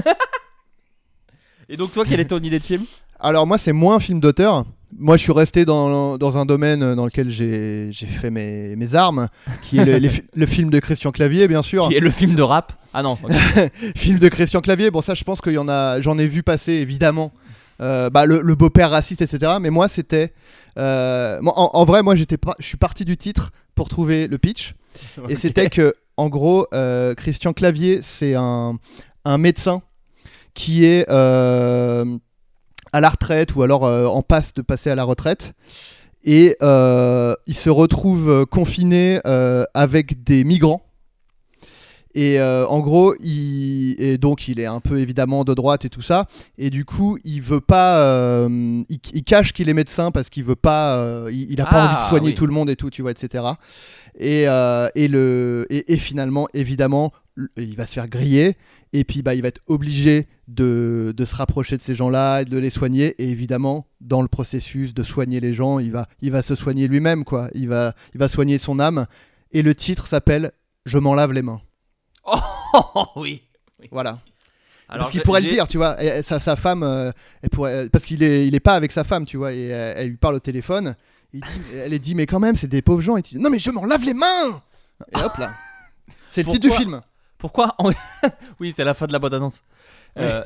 Et donc toi, quelle est ton idée de film? Alors moi, c'est moins un film d'auteur. Moi, je suis resté dans, dans un domaine dans lequel j'ai j'ai fait mes, mes armes, qui est le, les fi- le film de Christian Clavier, bien sûr. Qui est le film de rap? Ah non. ok. Film de Christian Clavier. Bon, ça, je pense qu'il y en a. J'en ai vu passer, évidemment. Euh, bah, le, le beau-père raciste, et cetera. Mais moi, c'était. euh, moi, en, en vrai, moi, j'étais pas. Je suis parti du titre pour trouver le pitch. Et Ok. c'était que, en gros, euh, Christian Clavier, c'est un, un médecin qui est euh, à la retraite ou alors euh, en passe de passer à la retraite. Et euh, il se retrouve euh, confiné euh, avec des migrants. Et euh, en gros, il et donc il est un peu évidemment de droite et tout ça. Et du coup, il veut pas, euh, il, il cache qu'il est médecin parce qu'il veut pas, euh, il, il a pas Ah, envie de soigner oui. tout le monde et tout, tu vois, et cetera. Et euh, et le et, et finalement, évidemment, l- il va se faire griller. Et puis bah, il va être obligé de, de se rapprocher de ces gens-là et de les soigner. Et évidemment, dans le processus de soigner les gens, il va, il va se soigner lui-même, quoi. Il va, il va soigner son âme. Et le titre s'appelle Je m'en lave les mains. Oh oui. Voilà. Alors, Parce qu'il j'ai- pourrait le j'ai- dire, tu vois. Et, et sa, sa femme, euh, elle pourrait, parce qu'il est, il est pas avec sa femme, tu vois. Et euh, elle lui parle au téléphone. Il dit, elle lui dit, mais quand même, c'est des pauvres gens. Et il dit, non, mais je m'en lave les mains. Et hop là. C'est le titre du Pourquoi film. Pourquoi en- Oui, c'est la fin de la bonne annonce. Euh,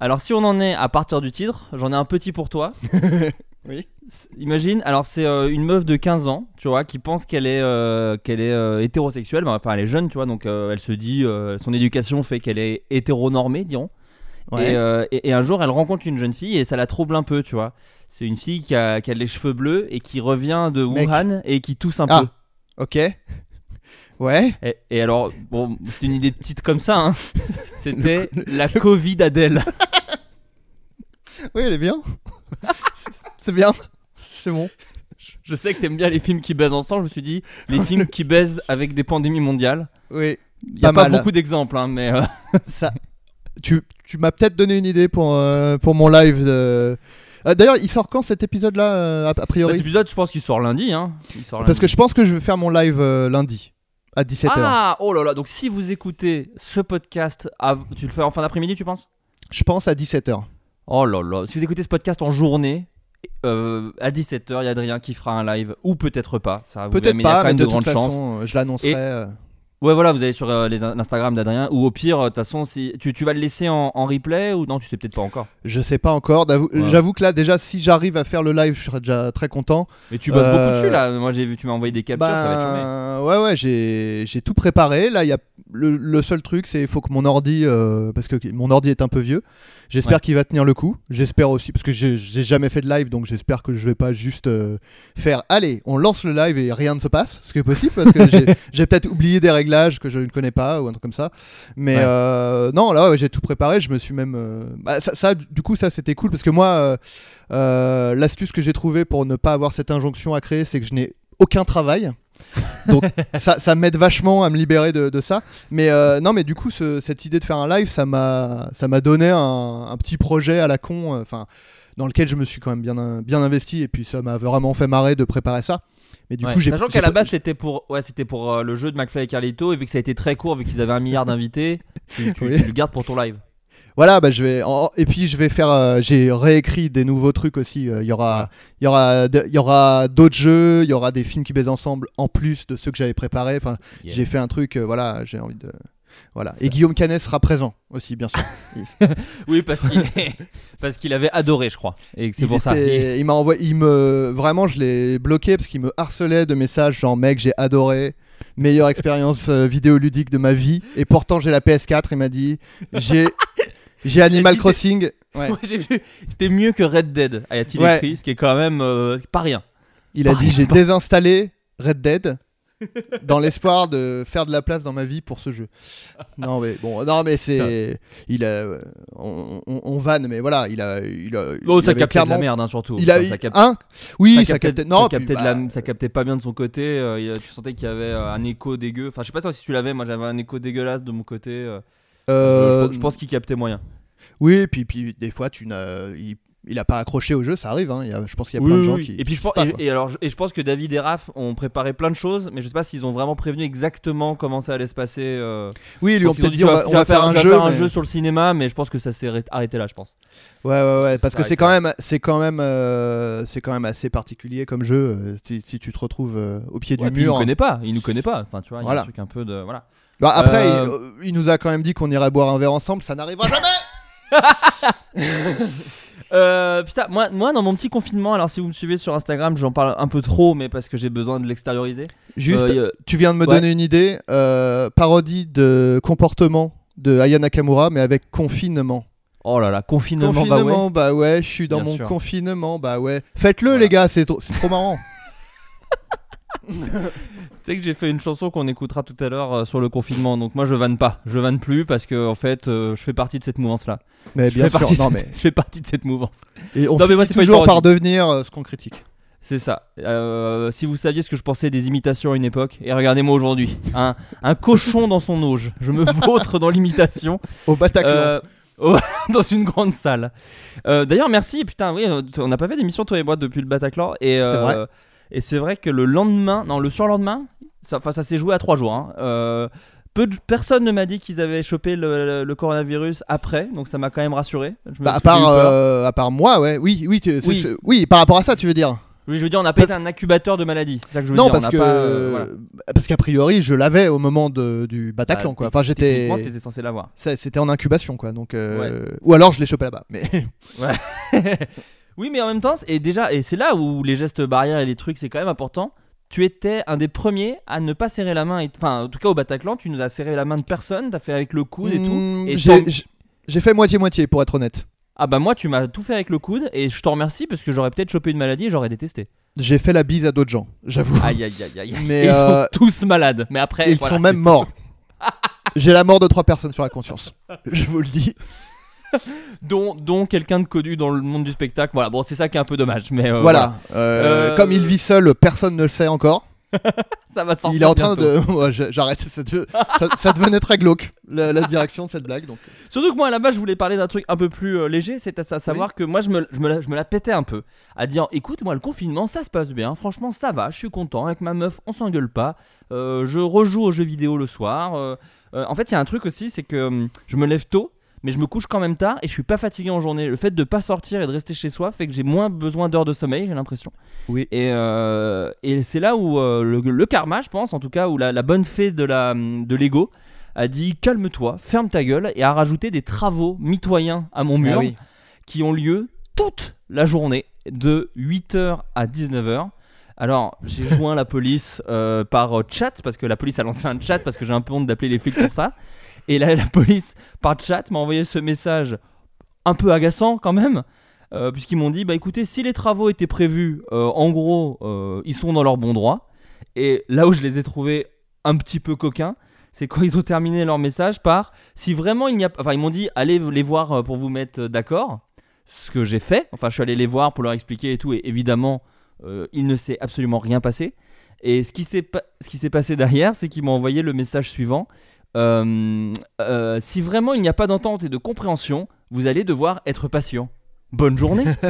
Alors si on en est à partir du titre, j'en ai un petit pour toi. Oui. C'est- Imagine, alors c'est euh, une meuf de quinze ans, tu vois, qui pense qu'elle est, euh, qu'elle est euh, hétérosexuelle, bah, enfin elle est jeune, tu vois, donc euh, elle se dit, euh, son éducation fait qu'elle est hétéronormée, dirons. Ouais. Et, euh, et, et un jour, elle rencontre une jeune fille et ça la trouble un peu, tu vois. C'est une fille qui a, qui a les cheveux bleus et qui revient de Mec. Wuhan et qui tousse un Ah. peu. Ok. Ouais. Et, et alors, bon, c'est une idée de titre comme ça, hein. C'était la Covid Adèle. Oui, elle est bien. C'est- C'est bien. C'est bon. Je sais que t'aimes bien les films qui baisent ensemble, je me suis dit, les films qui baisent avec des pandémies mondiales. Oui. Il y a Pas pas mal. beaucoup d'exemples, hein, mais... euh, Ça. Tu, tu m'as peut-être donné une idée pour, euh, pour mon live. De... Euh, D'ailleurs, il sort quand cet épisode-là, euh, a, a Cet priori épisode, je pense qu'il sort lundi, hein. Il sort Parce lundi. que je pense que je vais faire mon live euh, lundi à dix-sept heures. Ah, oh là là, donc si vous écoutez ce podcast, à- tu le fais en fin d'après-midi, tu penses? Je pense à dix-sept heures. Oh là là, si vous écoutez ce podcast en journée, euh, à dix-sept heures, il y a Adrien qui fera un live, ou peut-être pas, ça vous verrez, Peut-être mais il y a pas, quand mais même de de toute grandes chances. façon, euh, je l'annoncerai. Et- euh. Ouais, voilà, vous allez sur euh, les- l'Instagram d'Adrien, ou au pire, euh, de toute façon, si tu, tu vas le laisser en, en replay, ou non, tu sais peut-être pas encore. Je sais pas encore. d'avou- Ouais. J'avoue que là, déjà, si j'arrive à faire le live, je serais déjà très content. Mais tu bosses Euh, beaucoup dessus là, moi j'ai vu, tu m'as envoyé des captures, ça va être chômé. Ben, ouais, ouais, j'ai j'ai tout préparé. Là, il y a le, le seul truc, c'est il faut que mon ordi, euh, parce que mon ordi est un peu vieux. J'espère Ouais. qu'il va tenir le coup. J'espère aussi, parce que j'ai j'ai jamais fait de live, donc j'espère que je vais pas juste euh, faire. Allez, on lance le live et rien ne se passe, ce qui est possible, parce que j'ai j'ai peut-être oublié des réglages que je ne connais pas ou un truc comme ça. Mais Ouais. euh, non, là, ouais, j'ai tout préparé. Je me suis même. euh, bah, ça, ça, du coup, ça c'était cool, parce que moi, euh, euh, l'astuce que j'ai trouvée pour ne pas avoir cette injonction à créer, c'est que je n'ai aucun travail. Donc ça, ça m'aide vachement à me libérer de, de ça. Mais euh, non, mais du coup, ce- cette idée de faire un live, ça m'a, ça m'a donné un, un petit projet à la con, enfin, dans lequel je me suis quand même bien, bien investi. Et puis ça m'a vraiment fait marrer de préparer ça. Mais du Ouais. coup, j'ai. Sachant j'ai qu'à la pas- base c'était pour, ouais, c'était pour euh, le jeu de McFly et Carlito, et vu que ça a été très court, vu qu'ils avaient un milliard d'invités, tu, tu- Oui. tu le gardes pour ton live. Voilà, bah, je vais. en- Et puis je vais faire. euh, j'ai réécrit des nouveaux trucs aussi. Euh, Il y aura, il y aura, de- il y aura d'autres jeux. Il y aura des films qui baisent ensemble en plus de ceux que j'avais préparés. Enfin, Yes. j'ai fait un truc. euh, voilà, j'ai envie de. Voilà. Et Guillaume Canet sera présent aussi, bien sûr. Oui, parce qu'il parce qu'il avait adoré, je crois, et que c'est il pour ça. était- il m'a envoyé. Il me. Vraiment, je l'ai bloqué parce qu'il me harcelait de messages genre mec, j'ai adoré. Meilleure expérience euh, vidéoludique de ma vie. Et pourtant, j'ai la P S quatre. Il m'a dit j'ai. J'ai Animal dit- Crossing. Ouais. Ouais, j'ai vu, c'était mieux que Red Dead, a-t-il Ouais. écrit, ce qui est quand même euh, pas rien. Il a Pas dit rien, j'ai pas- désinstallé Red Dead dans l'espoir de faire de la place dans ma vie pour ce jeu. Non mais bon, non mais c'est il a on, on, on vanne mais voilà, il a il a Oh, il ça avait captait de clairement la merde, hein, surtout. il a Enfin, ça capte- hein oui, ça ça captait, captait non ça puis, captait, de bah, la- ça captait pas bien de son côté. euh, il y a- tu sentais qu'il y avait euh, un écho dégueu. Enfin, je sais pas toi si tu l'avais, moi j'avais un écho dégueulasse de mon côté. euh, euh, je, je pense qu'il captait moyen. oui, puis puis des fois tu n'as il, il a pas accroché au jeu, ça arrive hein. Il y a, je pense qu'il y a Oui, plein de oui, gens oui. qui Et puis je pense, pas, et, quoi. et alors, je- et je pense que David et Raph ont préparé plein de choses, mais je sais pas s'ils ont vraiment prévenu exactement comment ça allait se passer. euh, oui, ils lui je ont pense qu'ils peut-être dit, dit on va, tu on va faire tu un vas jeu faire un mais- jeu sur le cinéma, mais je pense que ça s'est arrêt- arrêté là, je pense. Ouais, ouais, ouais, parce Ça que c'est arrête quand là. même, c'est quand même, euh, c'est quand même assez particulier comme jeu. euh, si, si tu te retrouves euh, au pied Ouais, du puis il mur. nous connaît pas, il nous connaît pas. Enfin, tu vois, il y a Voilà. un truc un peu de voilà. Bah, après, Euh, il, euh, il nous a quand même dit qu'on irait boire un verre ensemble. Ça n'arrivera jamais. Euh, putain, moi, moi, dans mon petit confinement, alors si vous me suivez sur Instagram, j'en parle un peu trop, mais parce que j'ai besoin de l'extérioriser. Juste, Euh, y a- tu viens de me ouais. donner une idée. euh, parodie de comportement de Aya Nakamura, mais avec confinement. Oh là là, confinement, bah ouais. confinement, bah ouais. Je suis dans Bien mon sûr. confinement, bah ouais. Faites-le, Voilà. les gars. C'est trop, c'est trop marrant. Tu sais que j'ai fait une chanson qu'on écoutera tout à l'heure euh, sur le confinement, donc moi je vanne pas, je vanne plus parce que en fait euh, je fais partie de cette mouvance-là. Mais Je bien fais sûr. partie de Non, cette- mais je fais partie de cette mouvance. et on Non, mais finit moi, c'est pas une toujours par parodie. devenir euh, ce qu'on critique. C'est ça. Euh, si vous saviez ce que je pensais des imitations à une époque, et regardez-moi aujourd'hui, un, un cochon dans son auge. Je me vautre dans l'imitation. Au Bataclan. Euh, oh, dans une grande salle. Euh, D'ailleurs, merci. Putain, oui, euh, on n'a pas fait d'émission toi et moi depuis le Bataclan. Et euh, C'est vrai. Et c'est vrai que le lendemain, non, le surlendemain, ça, enfin, ça s'est joué à trois jours. Hein. Euh, peu de personne ne m'a dit qu'ils avaient chopé le, le- le coronavirus après, donc ça m'a quand même rassuré. Je me- Bah, à parce que j'ai eu part, peur. euh, à part moi, ouais. Oui, oui, tu- c'est- Oui. c'est- oui, par rapport à ça, tu veux dire. Oui, je veux dire, on n'a pas Parce- été un incubateur de maladies. C'est ça que je veux Non, dire. parce on que n'a pas, euh, voilà. parce qu'a priori, je l'avais au moment de, du Bataclan, Bah, quoi. Enfin, j'étais, Techniquement, t'étais censé l'avoir. ça- c'était en incubation, quoi. Donc, euh, ou alors je l'ai chopé là-bas. Mais Oui, mais en même temps, et déjà, et c'est là où les gestes barrières et les trucs, c'est quand même important. Tu étais un des premiers à ne pas serrer la main. et- Enfin, en tout cas, au Bataclan, tu nous as serré la main de personne. T'as fait avec le coude et tout. Hmm, Et j'ai, t'en- j'ai- j'ai fait moitié-moitié, pour être honnête. Ah bah moi, tu m'as tout fait avec le coude et je t'en remercie parce que j'aurais peut-être chopé une maladie et j'aurais détesté. J'ai fait la bise à d'autres gens, j'avoue. Aïe aïe aïe aïe. Mais, Et ils euh, sont tous malades. Mais après, Ils voilà, sont même c'est morts. J'ai la mort de trois personnes sur la conscience. Je vous le dis. tout. Dont, dont quelqu'un de connu dans le monde du spectacle. Voilà, bon, c'est ça qui est un peu dommage. Mais euh, voilà. Euh, Euh, Comme il vit seul, personne ne le sait encore. ça va sortir Il est en train bientôt. de. Ouais, je- j'arrête. Ça, de- ça- ça devenait très glauque, la, la direction de cette blague. Donc. Surtout que moi à la base je voulais parler d'un truc un peu plus euh, léger, c'est à, à savoir que moi je me, je, me la, je me la pétais un peu à dire écoute moi le confinement ça se passe bien, franchement ça va, je suis content avec ma meuf, on s'engueule pas, euh, je rejoue aux jeux vidéo le soir. euh, euh, en fait il y a un truc aussi c'est que hum, je me lève tôt mais je me couche quand même tard et je suis pas fatigué en journée. Le fait de pas sortir et de rester chez soi fait que j'ai moins besoin d'heures de sommeil, j'ai l'impression. Oui. Et, euh, et c'est là où euh, le, le karma, je pense, en tout cas, où la, la bonne fée de, la, de l'ego a dit calme-toi, ferme ta gueule et a rajouté des travaux mitoyens à mon mur Ah oui. qui ont lieu toute la journée de huit heures à dix-neuf heures. Alors, j'ai joint la police euh, par euh, chat parce que la police a lancé un chat parce que j'ai un peu honte d'appeler les flics pour ça. Et là, la police par chat m'a envoyé ce message un peu agaçant quand même. Euh, puisqu'ils m'ont dit bah écoutez si les travaux étaient prévus euh, en gros euh, ils sont dans leur bon droit et là où je les ai trouvés un petit peu coquins c'est quand ils ont terminé leur message par si vraiment il n'y a enfin ils m'ont dit allez les voir euh, pour vous mettre d'accord, ce que j'ai fait, enfin je suis allé les voir pour leur expliquer et tout et évidemment euh, il ne s'est absolument rien passé et ce qui s'est, pa- ce qui s'est passé derrière c'est qu'ils m'ont envoyé le message suivant. Euh, euh, si vraiment il n'y a pas d'entente et de compréhension vous allez devoir être patient. Bonne journée. Je vais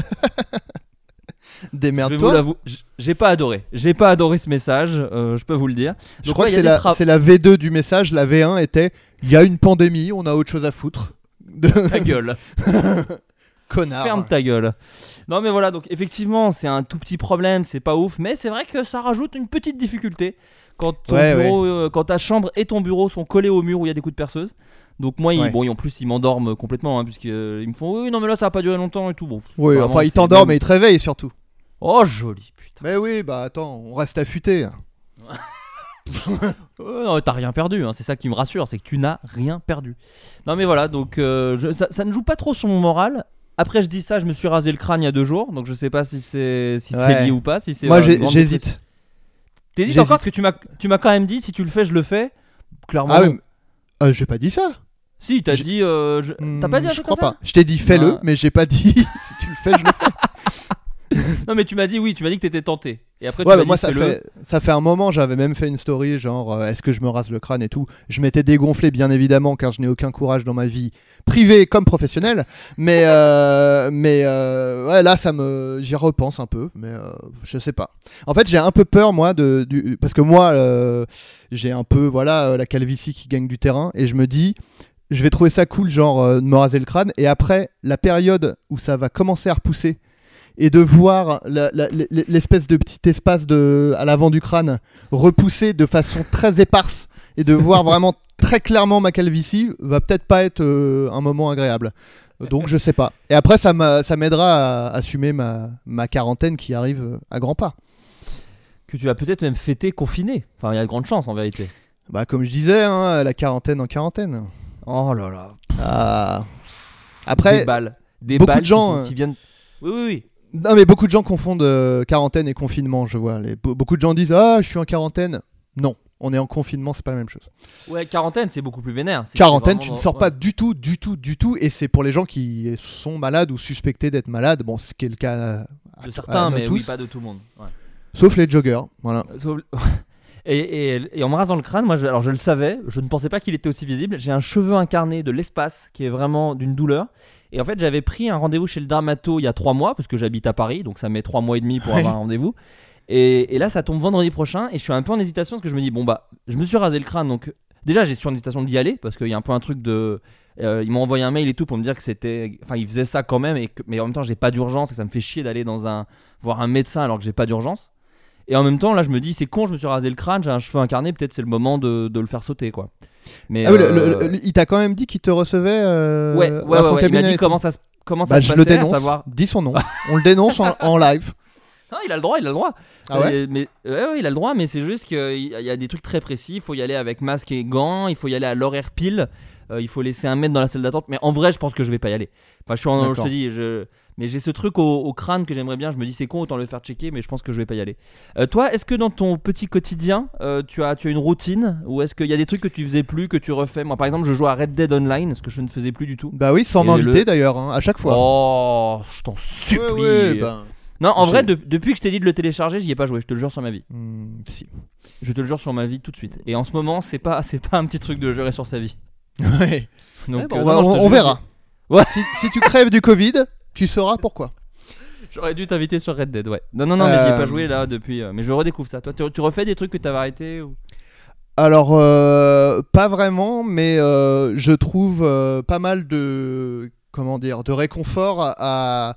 vous Démerde-toi. l'avouer, j- j'ai pas adoré. J'ai pas adoré ce message, euh, je peux vous le dire. Je Donc, crois ouais, que il y c'est a la, des tra- c'est la V deux du message. La V un était il y a une pandémie, on a autre chose à foutre. De... Ta gueule. Connard. Ferme ta gueule. Non mais voilà, donc effectivement, c'est un tout petit problème, c'est pas ouf, mais c'est vrai que ça rajoute une petite difficulté quand ton Ouais, bureau, euh, quand ta chambre et ton bureau sont collés au mur où il y a des coups de perceuse. Donc moi, ils, Ouais. bon, en plus, ils m'endorment complètement, hein, puisqu'ils me font oui, non mais là, ça va pas durer longtemps et tout. Bon, Oui, vraiment, enfin, il c'est t'endort, même- mais il te réveille surtout. Oh joli, putain. Mais oui, bah attends, on reste affûté. Euh, non, t'as rien perdu, hein. C'est ça qui me rassure, c'est que tu n'as rien perdu. Non mais voilà, donc euh, je- ça, ça ne joue pas trop sur mon moral. Après je dis ça, je me suis rasé le crâne il y a deux jours, donc je sais pas si c'est si c'est Ouais. lié ou pas. Si c'est Moi, euh, j'ai- une grande j'hésite. dépression. T'hésites J'hésite. encore parce que tu m'as tu m'as quand même dit si tu le fais, je le fais. Clairement. Ah non. oui, mais- euh, j'ai pas dit ça. Si t'as j'ai- dit, euh, je- t'as pas dit un Hmm, Je truc crois comme ça pas. Je t'ai dit fais-le, Ouais. mais j'ai pas dit si tu le fais, je le fais. Non mais tu m'as dit oui, tu m'as dit que t'étais tenté. Et après tu Ouais, m'as bah, moi dit, ça fais-le. fait, ça fait un moment, j'avais même fait une story genre euh, est-ce que je me rase le crâne et tout. Je m'étais dégonflé bien évidemment car je n'ai aucun courage dans ma vie privée comme professionnelle. Mais, euh, mais euh, ouais, là ça me, j'y repense un peu, mais euh, je sais pas. En fait j'ai un peu peur moi de, du, parce que moi euh, j'ai un peu voilà euh, la calvitie qui gagne du terrain et je me dis je vais trouver ça cool genre euh, de me raser le crâne et après la période où ça va commencer à repousser et de voir la- la- l'espèce de petit espace de, à l'avant du crâne repousser de façon très éparse et de voir vraiment très clairement ma calvitie va peut-être pas être euh, un moment agréable. Donc je sais pas. Et après ça m'a- ça m'aidera à assumer ma, ma quarantaine qui arrive euh, à grands pas. Que tu vas peut-être même fêter confiné. Enfin il y a de grandes chances en vérité. Bah comme je disais, hein, la quarantaine en quarantaine. Oh là là. Ah. Des Après, balles, des beaucoup balles de gens, qui, sont- euh, qui viennent. Oui oui oui. non mais beaucoup de gens confondent euh, quarantaine et confinement, je vois. Les, be- beaucoup de gens disent ah je suis en quarantaine. Non, on est en confinement, c'est pas la même chose. Ouais, quarantaine, c'est beaucoup plus vénère. C'est Quarantaine, que c'est tu ne vraiment sors dans- pas ouais. du tout, du tout, du tout, et c'est pour les gens qui sont malades ou suspectés d'être malades. Bon, ce qui est le cas à- De à- certains, à mais tous, oui, pas de tout le monde. Ouais. sauf les joggers. Voilà. Sauf- Et, et- et en me rasant le crâne, moi, je, alors je le savais, je ne pensais pas qu'il était aussi visible. J'ai un cheveu incarné de l'espace qui est vraiment d'une douleur. Et en fait, j'avais pris un rendez-vous chez le dermato il y a trois mois parce que j'habite à Paris, donc ça met trois mois et demi pour Ouais. avoir un rendez-vous. Et, et là, ça tombe vendredi prochain et je suis un peu en hésitation parce que je me dis bon bah, je me suis rasé le crâne, donc déjà j'ai sur une hésitation d'y aller parce qu'il y a un peu un truc de Euh, ils m'ont envoyé un mail et tout pour me dire que c'était, enfin ils faisaient ça quand même, et que... mais en même temps j'ai pas d'urgence et ça me fait chier d'aller dans un voir un médecin alors que j'ai pas d'urgence. Et en même temps là je me dis c'est con, je me suis rasé le crâne, j'ai un cheveu incarné, peut-être c'est le moment de, de le faire sauter quoi. Mais Ah oui, euh... le, le, le, il t'a quand même dit qu'il te recevait euh, ouais, ouais, à ouais, son ouais. cabinet. Il m'a dit et comment tout. ça se comment Bah, ça se je passait, le dénonce. à savoir. Dis son nom. On le dénonce en, en live. Non, il a le droit, il a le droit. Ah ouais Euh, mais ouais, ouais, il a le droit, mais c'est juste qu'il y a y a des trucs très précis. Il faut y aller avec masque et gants. Il faut y aller à l'horaire pile. Euh, il faut laisser un mètre dans la salle d'attente. Mais en vrai, je pense que je vais pas y aller. Enfin, je suis en, je te dis, je... mais j'ai ce truc au, au crâne que j'aimerais bien. Je me dis c'est con, autant le faire checker, mais je pense que je vais pas y aller. Euh, toi, est-ce que dans ton petit quotidien, euh, tu as, tu as une routine, ou est-ce qu'il y a des trucs que tu faisais plus, que tu refais? Moi, par exemple, je joue à Red Dead Online, ce que je ne faisais plus du tout. Bah oui, sans Et m'inviter le- d'ailleurs, hein, à chaque fois. Oh, je t'en supplie. Ouais, ouais, bah, Non, en j'ai- vrai, de- depuis que je t'ai dit de le télécharger, j'y ai pas joué. Je te le jure sur ma vie. hmm, si. Je te le jure sur ma vie tout de suite. Et en ce moment, c'est pas, c'est pas un petit truc de jurer sur sa vie. Ouais. Donc, Ouais, bah, euh, on, va- non, je te on- on jure, verra. Ouais. Si, si tu crèves du Covid, tu sauras pourquoi. J'aurais dû t'inviter sur Red Dead, ouais. Non, non, non, mais j'y ai Euh, pas joué là depuis. euh, Mais je redécouvre ça. Toi, tu, tu refais des trucs que t'avais arrêté ou... Alors, euh, pas vraiment, mais euh, je trouve euh, pas mal de comment dire de réconfort à,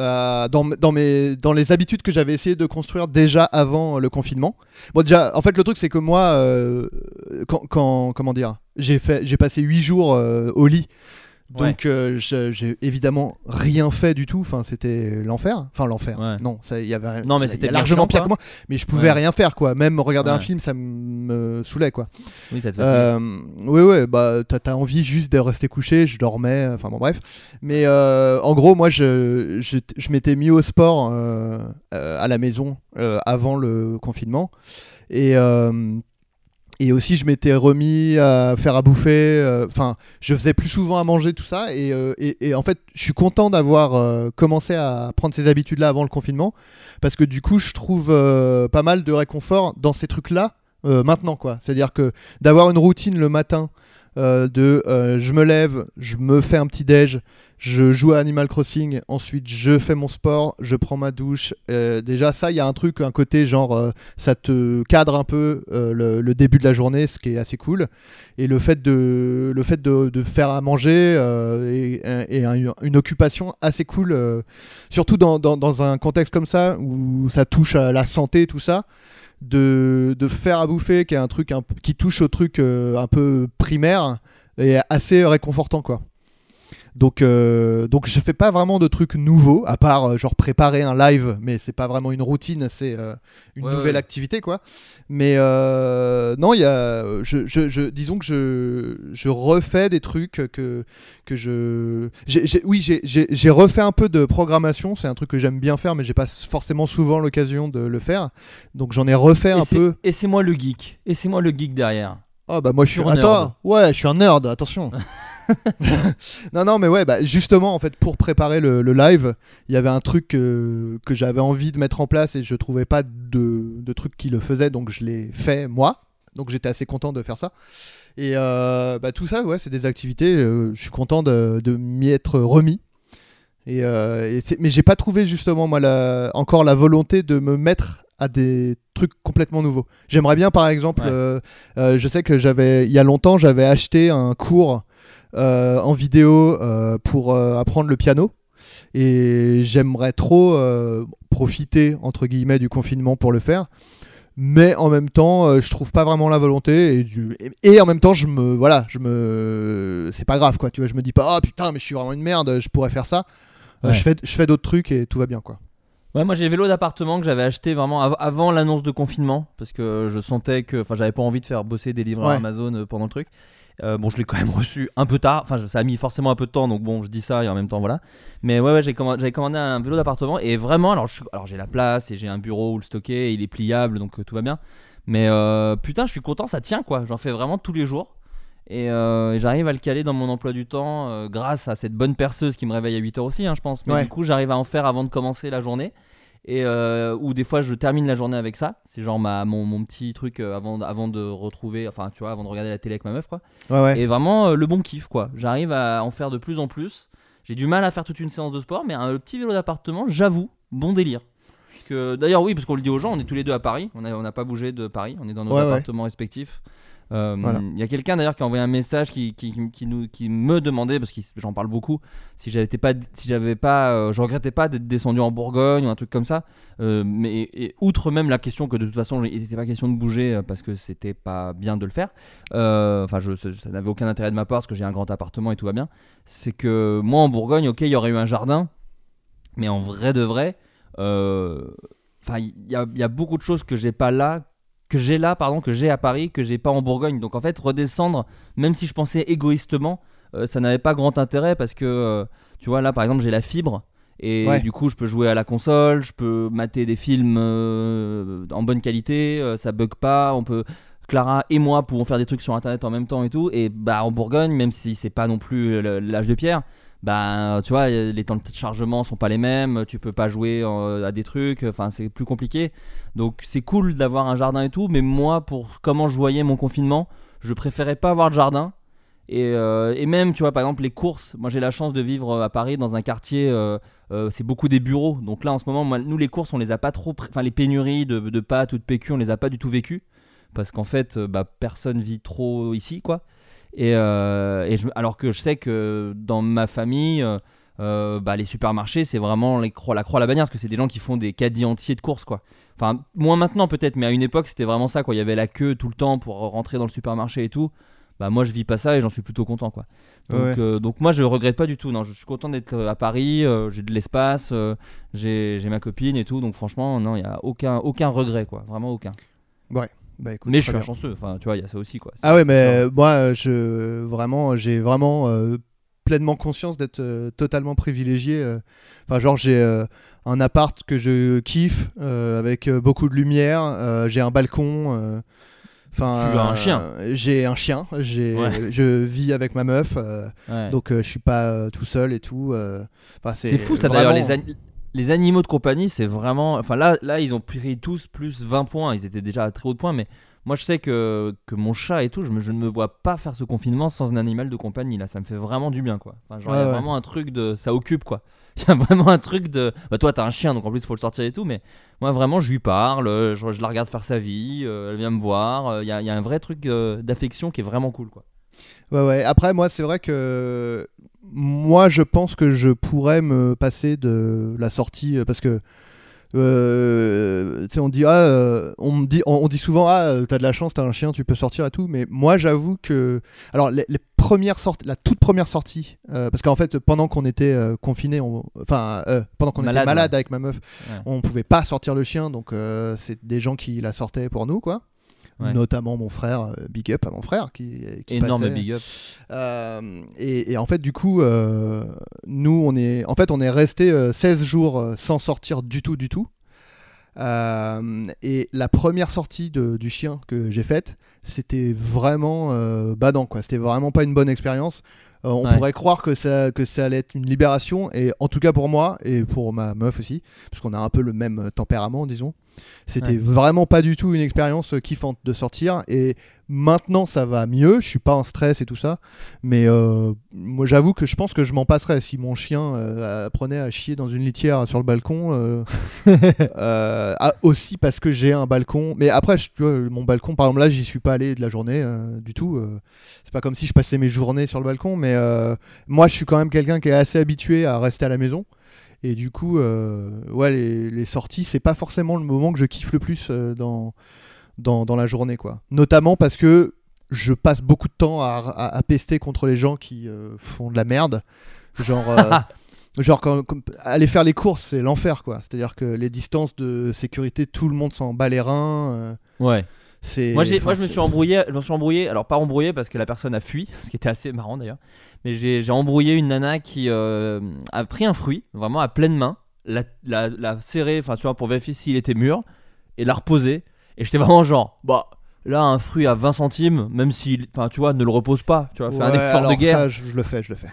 à- dans, dans mes dans les habitudes que j'avais essayé de construire déjà avant le confinement. Bon, déjà, en fait, le truc c'est que moi, euh, quand, quand comment dire, j'ai fait j'ai passé huit jours euh, au lit. Donc euh, je- j'ai évidemment rien fait du tout. Enfin, c'était l'enfer. Enfin, l'enfer. Ouais. Non, ça, il y avait. Non, mais il y a c'était bien largement chiant, pire quoi. que moi. Mais je pouvais Ouais. rien faire, quoi. Même regarder un Ouais. film, ça me saoulait, quoi. Oui, ça te fait. Euh, oui, ouais, bah t'as t'as envie juste de rester couché, je dormais, enfin bon, bref. Mais euh, en gros, moi, je, je, je m'étais mis au sport euh, euh, à la maison euh, avant le confinement. Et. euh, Et aussi, je m'étais remis à faire à bouffer. Enfin, je faisais plus souvent à manger, tout ça. Et, euh, et, et en fait, je suis content d'avoir euh, commencé à prendre ces habitudes-là avant le confinement. Parce que du coup, je trouve euh, pas mal de réconfort dans ces trucs-là euh, maintenant, quoi. C'est-à-dire que d'avoir une routine le matin, euh, de euh, je me lève, je me fais un petit déj, je joue à Animal Crossing, ensuite je fais mon sport, je prends ma douche. Euh, déjà, ça, il y a un truc, un côté genre, euh, ça te cadre un peu euh, le, le début de la journée, ce qui est assez cool. Et le fait de, le fait de, de faire à manger euh, est, est un- une occupation assez cool, euh, surtout dans, dans, dans un contexte comme ça où ça touche à la santé, tout ça. De, de faire à bouffer, qui est un truc un peu- qui touche au truc euh, un peu primaire, est assez réconfortant, quoi. Donc, euh, donc je fais pas vraiment de trucs nouveaux, à part euh, genre préparer un live, mais c'est pas vraiment une routine, c'est euh, une Ouais, nouvelle ouais. activité, quoi. Mais euh, non, il y a, je, je, je- disons que je, je refais des trucs que, que je, j'ai, j'ai- oui, j'ai, j'ai, j'ai refait un peu de programmation, c'est un truc que j'aime bien faire, mais j'ai pas forcément souvent l'occasion de le faire. Donc j'en ai refait un et c'est- peu. Et c'est moi le geek. Et c'est moi le geek derrière. Ah bah moi je suis Pur attends, nerd. ouais, je suis un nerd, attention. non non mais ouais, bah justement en fait pour préparer le, le live, il y avait un truc que, que j'avais envie de mettre en place et je trouvais pas de, de truc qui le faisait, donc je l'ai fait moi. Donc j'étais assez content de faire ça. Et euh, bah tout ça, ouais, c'est des activités, euh, je suis content de, de m'y être remis. Et, euh, et c'est- mais j'ai pas trouvé justement moi la- encore la volonté de me mettre à des trucs complètement nouveaux. J'aimerais bien par exemple, Ouais. euh, euh, je sais que j'avais il y a longtemps j'avais acheté un cours euh, en vidéo euh, pour euh, apprendre le piano et j'aimerais trop euh, profiter entre guillemets du confinement pour le faire. Mais en même temps, euh, je trouve pas vraiment la volonté et, du... et, et en même temps, je me voilà, je me c'est pas grave quoi, tu vois, je me dis pas ah putain mais je suis vraiment une merde, je pourrais faire ça. Euh, Ouais. je fais je fais d'autres trucs et tout va bien quoi. Ouais, moi j'ai le vélo d'appartement que j'avais acheté vraiment av- avant l'annonce de confinement parce que je sentais que, enfin, j'avais pas envie de faire bosser des livreurs Ouais. Amazon euh, pendant le truc. Euh, bon, je l'ai quand même reçu un peu tard. Enfin, je- ça a mis forcément un peu de temps, donc bon, je dis ça et en même temps voilà. Mais ouais, ouais, j'ai commandé, j'avais commandé un vélo d'appartement et vraiment, alors, je suis- alors j'ai la place et j'ai un bureau où le stocker, et il est pliable, donc euh, tout va bien. Mais euh, putain, je suis content, ça tient quoi. J'en fais vraiment tous les jours. Et, euh, et j'arrive à le caler dans mon emploi du temps euh, grâce à cette bonne perceuse qui me réveille à huit heures aussi, hein, je pense. Mais Ouais. du coup, j'arrive à en faire avant de commencer la journée. Et euh, ou des fois, je termine la journée avec ça. C'est genre ma, mon, mon petit truc euh, avant, avant de retrouver, enfin, tu vois, avant de regarder la télé avec ma meuf, quoi. Ouais ouais. Et vraiment, euh, le bon kiff, quoi. J'arrive à en faire de plus en plus. J'ai du mal à faire toute une séance de sport, mais un le petit vélo d'appartement, j'avoue, bon délire. Parce que, d'ailleurs, oui, parce qu'on le dit aux gens, on est tous les deux à Paris. On n'a on n'a pas bougé de Paris. On est dans nos Ouais, ouais. appartements respectifs. Euh, Il Voilà. y a quelqu'un d'ailleurs qui a envoyé un message qui, qui, qui, qui nous, qui me demandait, parce que j'en parle beaucoup, si j'avais pas, si j'avais pas, euh, je regrettais pas d'être descendu en Bourgogne ou un truc comme ça. Euh, mais et, outre même la question que de toute façon il n'était pas question de bouger euh, parce que c'était pas bien de le faire. euh, Enfin, je, ça, ça n'avait aucun intérêt de ma part parce que j'ai un grand appartement et tout va bien. C'est que moi en Bourgogne, ok, il y aurait eu un jardin, mais en vrai de vrai, enfin, euh, il y a, y a beaucoup de choses que j'ai pas là. que j'ai là, pardon, que j'ai à Paris, que j'ai pas en Bourgogne. Donc en fait, redescendre, même si je pensais égoïstement, euh, ça n'avait pas grand intérêt parce que, euh, tu vois, là par exemple, j'ai la fibre et Ouais. du coup, je peux jouer à la console, je peux mater des films euh, en bonne qualité, euh, ça bug pas, on peut. Clara et moi pouvons faire des trucs sur internet en même temps et tout. Et bah en Bourgogne, même si c'est pas non plus le- l'âge de pierre, bah tu vois, les temps de chargement sont pas les mêmes, tu peux pas jouer euh, à des trucs, enfin c'est plus compliqué. Donc c'est cool d'avoir un jardin et tout, mais moi pour comment je voyais mon confinement, je préférais pas avoir de jardin. Et, euh, et même tu vois par exemple les courses, moi j'ai la chance de vivre à Paris dans un quartier, euh, euh, c'est beaucoup des bureaux. Donc là en ce moment, moi, nous les courses on les a pas trop, enfin les pénuries de, de pâtes ou de P Q on les a pas du tout vécues. Parce qu'en fait, euh, bah, personne vit trop ici, quoi. Et, euh, et je, alors que je sais que dans ma famille, euh, euh, bah, les supermarchés, c'est vraiment les cro- la croix à la bannière, parce que c'est des gens qui font des caddies entiers de courses, quoi. Enfin, moins maintenant peut-être, mais à une époque, c'était vraiment ça, quoi. Il y avait la queue tout le temps pour rentrer dans le supermarché et tout. Bah, moi, je vis pas ça et j'en suis plutôt content, quoi. Donc, Ouais. euh, donc moi, je regrette pas du tout. Non, je suis content d'être à Paris. Euh, j'ai de l'espace, euh, j'ai, j'ai ma copine et tout. Donc franchement, non, il y a aucun, aucun regret, quoi. Vraiment aucun. Bah, écoute, Mais je très suis un bien. chanceux, enfin tu vois, il y a ça aussi quoi. C'est- Ah ouais, c'est mais genre- moi, euh, je vraiment, j'ai vraiment euh, pleinement conscience d'être euh, totalement privilégié. euh. Enfin, genre, j'ai euh, un appart que je kiffe euh, avec euh, beaucoup de lumière. euh, j'ai un balcon. euh, Enfin, Tu as un chien. euh, j'ai un chien. J'ai, Ouais. je vis avec ma meuf, euh, Ouais. donc euh, je suis pas euh, tout seul et tout. euh. Enfin, c'est, C'est fou ça vraiment- d'ailleurs, les, ani- les animaux de compagnie, c'est vraiment. Enfin là, là, ils ont pris tous plus vingt points, ils étaient déjà à très haut de points, mais moi je sais que, que mon chat et tout, je, me- je ne me vois pas faire ce confinement sans un animal de compagnie, là, ça me fait vraiment du bien quoi. Enfin, genre, il y Ouais, a ouais. vraiment un truc de. Ça occupe quoi. Il y a vraiment un truc de. Bah, toi, t'as un chien, donc en plus, il faut le sortir et tout, mais moi vraiment, je lui parle, je, je la regarde faire sa vie, euh, elle vient me voir, euh, il y, a, il y a un vrai truc euh, d'affection qui est vraiment cool quoi. Ouais, ouais. Après, moi, c'est vrai que moi, je pense que je pourrais me passer de la sortie euh, parce que euh, tu sais, on dit ah, euh, on me dit, on, on dit souvent ah, euh, t'as de la chance, t'as un chien, tu peux sortir et tout. Mais moi, j'avoue que alors les, les premières sorties, la toute première sortie, euh, parce qu'en fait, pendant qu'on était euh, confinés, on- enfin euh, pendant qu'on était Malade, malade ouais. avec ma meuf, Ouais. on pouvait pas sortir le chien, donc euh, c'est des gens qui la sortaient pour nous, quoi. Ouais. Notamment mon frère, euh, big up à mon frère qui, qui Énorme passait. big up. Euh, et, et en fait, du coup, euh, nous, on est, en fait, on est resté euh, seize jours euh, sans sortir du tout, du tout. Euh, et la première sortie de- du chien que j'ai faite, c'était vraiment euh, badant, quoi. C'était vraiment pas une bonne expérience. Euh, on Ouais. pourrait croire que ça, que ça allait être une libération, et en tout cas pour moi et pour ma meuf aussi, parce qu'on a un peu le même tempérament, disons. C'était Ouais. vraiment pas du tout une expérience kiffante de sortir. Et maintenant, ça va mieux. Je suis pas en stress et tout ça. Mais euh, moi, j'avoue que je pense que je m'en passerais si mon chien euh, apprenait à chier dans une litière sur le balcon. euh, euh, ah, aussi parce que j'ai un balcon. Mais après, je- tu vois, mon balcon, par exemple, là, j'y suis pas allé de la journée euh, du tout. euh. C'est pas comme si je passais mes journées sur le balcon. Mais euh, moi, je suis quand même quelqu'un qui est assez habitué à rester à la maison. Et du coup, euh, ouais, les, les sorties, c'est pas forcément le moment que je kiffe le plus euh, dans, dans, dans la journée, quoi. Notamment parce que je passe beaucoup de temps à, à, à pester contre les gens qui euh, font de la merde. Genre, euh, genre quand, quand- aller faire les courses, c'est l'enfer, quoi. C'est-à-dire que les distances de sécurité, tout le monde s'en bat les reins. euh, Ouais. c'est, Moi, j'ai, enfin, moi, je me c'est- suis embrouillé. Je me suis embrouillé. Alors, pas embrouillé parce que la personne a fui, ce qui était assez marrant d'ailleurs. Mais j'ai, j'ai embrouillé une nana qui euh, a pris un fruit, vraiment à pleine main, l'a, l'a, l'a serré, enfin, tu vois, pour vérifier s'il était mûr, et l'a reposé. Et j'étais vraiment genre, bah, là, un fruit à vingt centimes, même si, enfin, tu vois, ne le repose pas. Tu vois, fais un Ouais, effort alors de guerre. ça, je, je le fais, je le fais.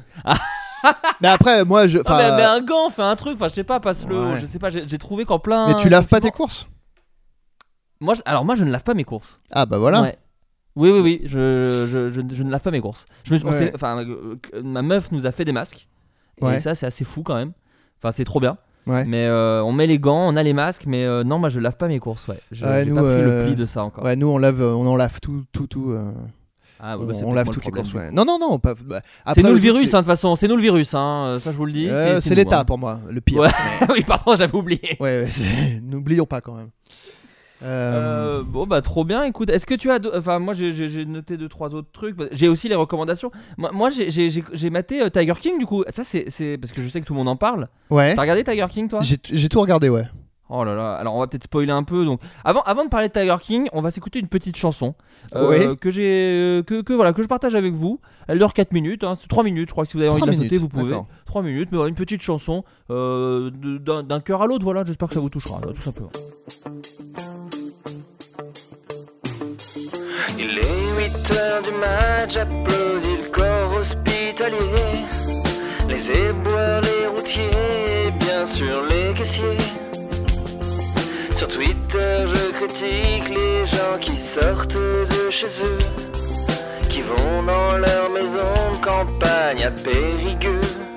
Mais après, moi, je. Non, enfin, mais, mais un gant, fais un truc. Enfin, je sais pas, passe-le. Ouais. Je sais pas. J'ai, j'ai trouvé qu'en plein. mais tu laves pas tes confinement- courses? Moi, je- alors moi, je ne lave pas mes courses. Ah bah voilà. Ouais. Oui, oui, oui, je, je, je, je ne lave pas mes courses. Je me suis- on Ouais. s'est- enfin, euh, ma meuf nous a fait des masques. Et Ouais. ça, c'est assez fou quand même. Enfin, c'est trop bien. Ouais. Mais euh, on met les gants, on a les masques, mais euh, non, moi je lave pas mes courses. Ouais. Je, Ouais, j'ai nous, pas pris euh, le pli de ça encore. Ouais, nous on lave, on en lave tout, tout, tout. euh, Ah, bah, on bah, c'est on peut-être lave moi le toutes les problème, courses. du Ouais. coup. Non, non, non. Pas, bah, C'est après, nous le truc, virus, c'est- hein, de toute façon. C'est nous le virus, hein, euh, ça je vous le dis. Euh, c'est c'est nous, l'État hein. pour moi, le pire. Ouais. Mais- oui, pardon, j'avais oublié. Ouais, ouais, c'est- n'oublions pas quand même. Euh, Euh, bon bah trop bien. Écoute, est-ce que tu as, do- enfin moi j'ai, j'ai, j'ai noté deux trois autres trucs. J'ai aussi les recommandations. Moi, moi j'ai, j'ai, j'ai, j'ai maté euh, Tiger King du coup. Ça c'est, c'est parce que je sais que tout le monde en parle. Ouais. T'as regardé Tiger King toi? J'ai j'ai tout regardé, ouais. Oh là là. Alors on va peut-être spoiler un peu. Donc avant, avant de parler de Tiger King, on va s'écouter une petite chanson euh, Ouais. que j'ai, euh, que, que voilà que je partage avec vous. Elle dure quatre minutes, hein, c'est trois minutes. Je crois que si vous avez envie de Trois la sauter, minutes, vous pouvez. d'accord. trois minutes, mais voilà, une petite chanson euh, de- d'un, d'un cœur à l'autre. Voilà. J'espère que ça vous touchera, là, tout simplement. Il est huit heures du match, j'applaudis le corps hospitalier. Les éboueurs, les routiers, et bien sûr les caissiers. Sur Twitter, je critique les gens qui sortent de chez eux, qui vont dans leur maison de campagne à Périgueux.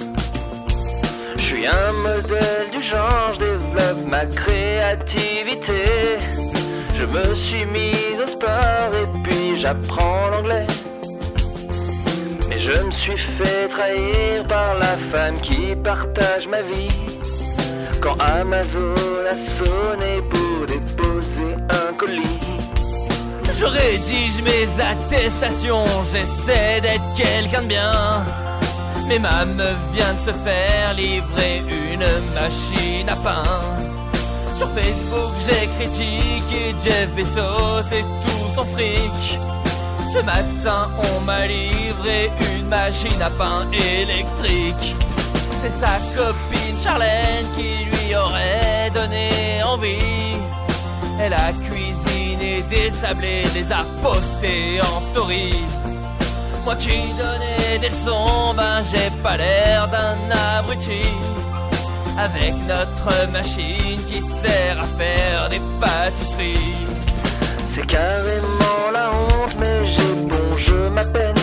Je suis un modèle du genre, je développe ma créativité. Je me suis mise au sport et puis j'apprends l'anglais. Mais je me suis fait trahir par la femme qui partage ma vie. Quand Amazon a sonné pour déposer un colis. Je rédige mes attestations, j'essaie d'être quelqu'un de bien. Mais ma meuf vient de se faire livrer une machine à pain. Sur Facebook j'ai critiqué Jeff Bezos et tout son fric. Ce matin on m'a livré une machine à pain électrique. C'est sa copine Charlène qui lui aurait donné envie. Elle a cuisiné des sablés, les a postés en story. Moi qui donnais des leçons, ben j'ai pas l'air d'un abruti. Avec notre machine qui sert à faire des pâtisseries. C'est carrément la honte, mais j'éponge ma peine.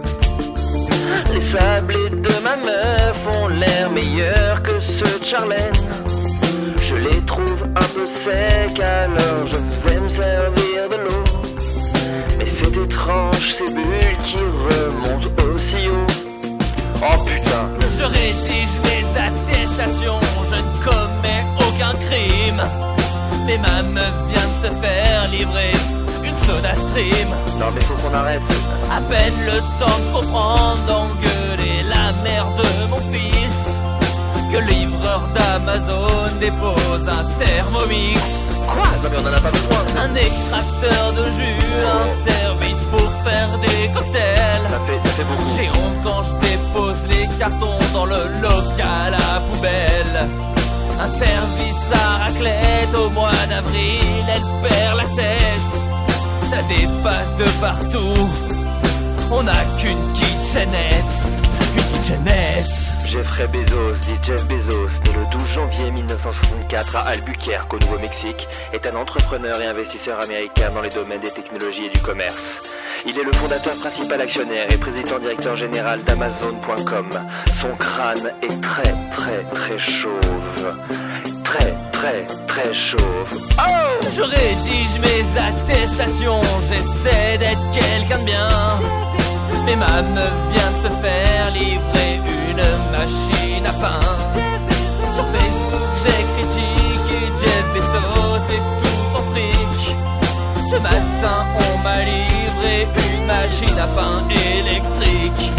Les sablés de ma meuf ont l'air meilleurs que ceux de Charlène. Je les trouve un peu secs, alors je vais me servir de l'eau. Mais c'est étrange ces bulles qui remontent aussi haut. Oh putain. Je rédige mes attestations, je ne commets aucun crime. Mais ma meuf vient de se faire livrer une soda stream. Non mais faut qu'on arrête. À peine le temps de comprendre, d'engueuler la mère de mon fils, que le livreur d'Amazon dépose un Thermomix. Quoi? Non mais on en a pas besoin. Un extracteur de jus, un service pour faire des cocktails. Ça fait, ça fait beaucoup. J'ai honte quand je dépose les cartons dans le local à poubelle. Un service à raclette au mois d'avril, elle perd la tête. Ça dépasse de partout, on n'a qu'une kitchenette, qu'une kitchenette. Jeffrey Bezos, dit Jeff Bezos, né le douze janvier mille neuf cent soixante-quatre à Albuquerque au Nouveau-Mexique, est un entrepreneur et investisseur américain dans les domaines des technologies et du commerce. Il est le fondateur principal actionnaire et président directeur général d'Amazon point com. Son crâne est très très très chauve. Très très très chauve. Oh! Je rédige mes attestations, j'essaie d'être quelqu'un de bien. Mais ma meuf vient de se faire livrer une machine à pain. Sur Facebook j'ai critiqué Jeff Bezos et tout son fric. Ce matin on m'a livré une machine à pain électrique.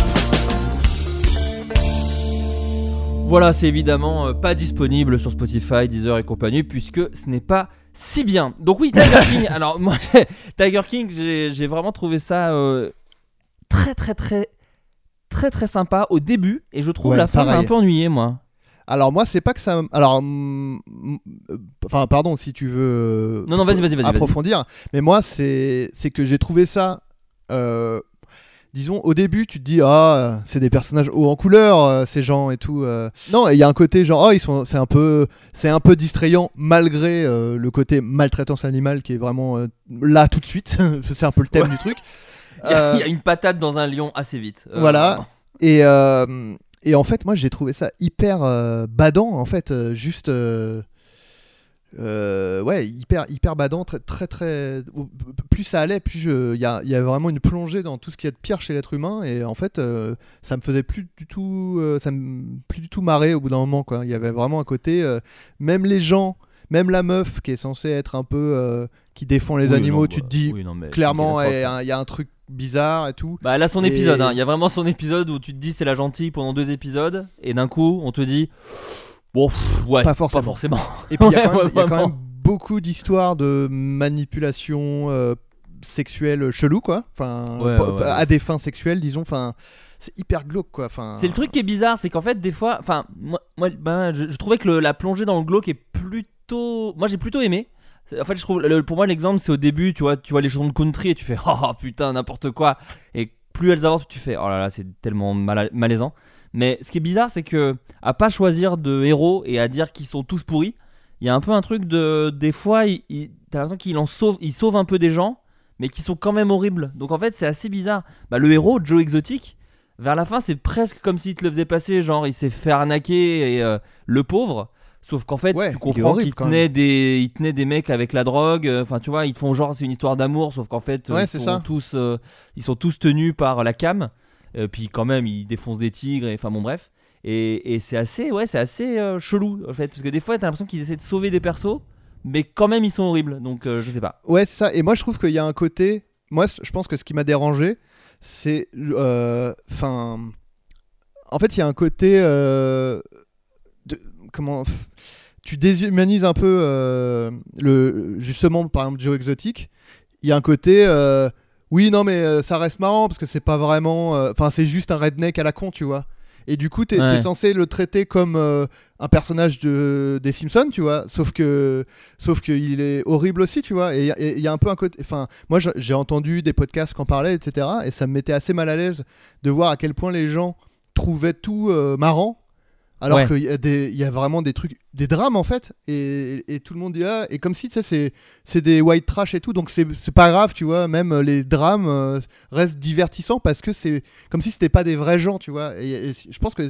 Voilà, c'est évidemment euh, pas disponible sur Spotify, Deezer et compagnie, puisque ce n'est pas si bien. Donc oui, Tiger King. Alors moi, Tiger King, j'ai, j'ai vraiment trouvé ça euh, très très très très très sympa au début, et je trouve Ouais, la fin m'a un pareil. peu ennuyé moi. Alors moi c'est pas que ça. Alors, mm, mm, euh, enfin pardon si tu veux. Non non, vas-y vas-y vas-y. vas-y. approfondir. Mais moi c'est c'est que j'ai trouvé ça. Euh, disons au début tu te dis ah c'est des personnages hauts en couleur euh, ces gens et tout. euh. Non, il y a un côté genre oh ils sont c'est un peu c'est un peu distrayant malgré euh, le côté maltraitance animale qui est vraiment euh, là tout de suite. C'est un peu le thème Ouais. du truc. Il y, a, Euh, il y a une patate dans un lion assez vite. Euh, Voilà. Et, euh, et en fait, moi, j'ai trouvé ça hyper euh, badant, en fait, euh, juste. Euh, euh, ouais, hyper, hyper badant, très, très, très. Plus ça allait, plus il y a, y a vraiment une plongée dans tout ce qu'il y a de pire chez l'être humain, et en fait, euh, ça me faisait plus du tout, euh, ça me plus du tout marrer au bout d'un moment, quoi. Il y avait vraiment un côté, euh, même les gens, même la meuf qui est censée être un peu, euh, qui défend les Oui, animaux, non, tu bah, te dis oui, non, mais clairement, c'est une il catastrophe. y a un truc bizarre et tout. Bah, elle a son Et- épisode, hein. Il y a vraiment son épisode où tu te dis c'est la gentille pendant deux épisodes, et d'un coup, on te dit. Bon, pff, ouais, Pas forcément. Pas forcément. Et puis il y a Ouais, quand même, ouais, il y a quand vraiment. même beaucoup d'histoires de manipulation euh, sexuelle chelou, quoi. Enfin, Ouais, pour- ouais, ouais. à des fins sexuelles, disons. Enfin, c'est hyper glauque, quoi. Enfin, C'est le truc qui est bizarre, c'est qu'en fait, des fois, enfin, moi, moi ben, je, je trouvais que le- la plongée dans le glauque est plutôt. Moi, j'ai plutôt aimé. C'est- En fait, je trouve, le- pour moi, l'exemple, c'est au début, tu vois, tu vois les chansons de country et tu fais, oh putain, n'importe quoi. Et plus elles avancent, tu fais, oh là là, c'est tellement mala- malaisant. Mais ce qui est bizarre, c'est que à pas choisir de héros et à dire qu'ils sont tous pourris, il y a un peu un truc de, des fois, il, il- t'as l'impression qu'il en sauve, il sauve un peu des gens, mais qui sont quand même horribles. Donc en fait, c'est assez bizarre. Bah, le héros, Joe Exotic. Vers la fin, c'est presque comme s'il te le faisait passer, genre il s'est fait arnaquer et euh, le pauvre. Sauf qu'en fait, Ouais, il tu est comprends horrible, qu'il quand tenait des, il tenait des mecs avec la drogue. Enfin, tu vois, ils te font genre c'est une histoire d'amour, sauf qu'en fait, euh, Ouais, ils c'est sont ça. tous, euh, ils sont tous tenus par la cam. Euh, puis quand même, ils défoncent des tigres. Et enfin bon, bref. Et, et c'est assez, ouais, c'est assez euh, chelou en fait, parce que des fois, t'as l'impression qu'ils essaient de sauver des persos, mais quand même, ils sont horribles. Donc, euh, je sais pas. Ouais, c'est ça. Et moi, je trouve qu'il y a un côté. Moi, je pense que ce qui m'a dérangé, c'est. Enfin. en fait, il y a un côté. euh, de- comment. Tu déshumanises un peu. euh, le, justement, par exemple, Joe Exotic. Il y a un côté. euh, oui, non, mais euh, ça reste marrant parce que c'est pas vraiment. Enfin, c'est juste un redneck à la con, tu vois. Et du coup, t'es, Ouais. t'es censé le traiter comme euh, un personnage de, des Simpsons, tu vois. Sauf que, sauf qu'il est horrible aussi, tu vois. Et il y, y a un peu un côté. Enfin, moi, je- j'ai entendu des podcasts qui en parlaient, et cetera. Et ça me mettait assez mal à l'aise de voir à quel point les gens trouvaient tout euh, marrant. Alors Ouais. qu'il y a des, il y a vraiment des trucs, des drames en fait, et, et tout le monde dit ah, et comme si tu sais c'est, c'est des white trash et tout, donc c'est, c'est pas grave, tu vois, même les drames euh, restent divertissants parce que c'est comme si c'était pas des vrais gens, tu vois, et, et je pense que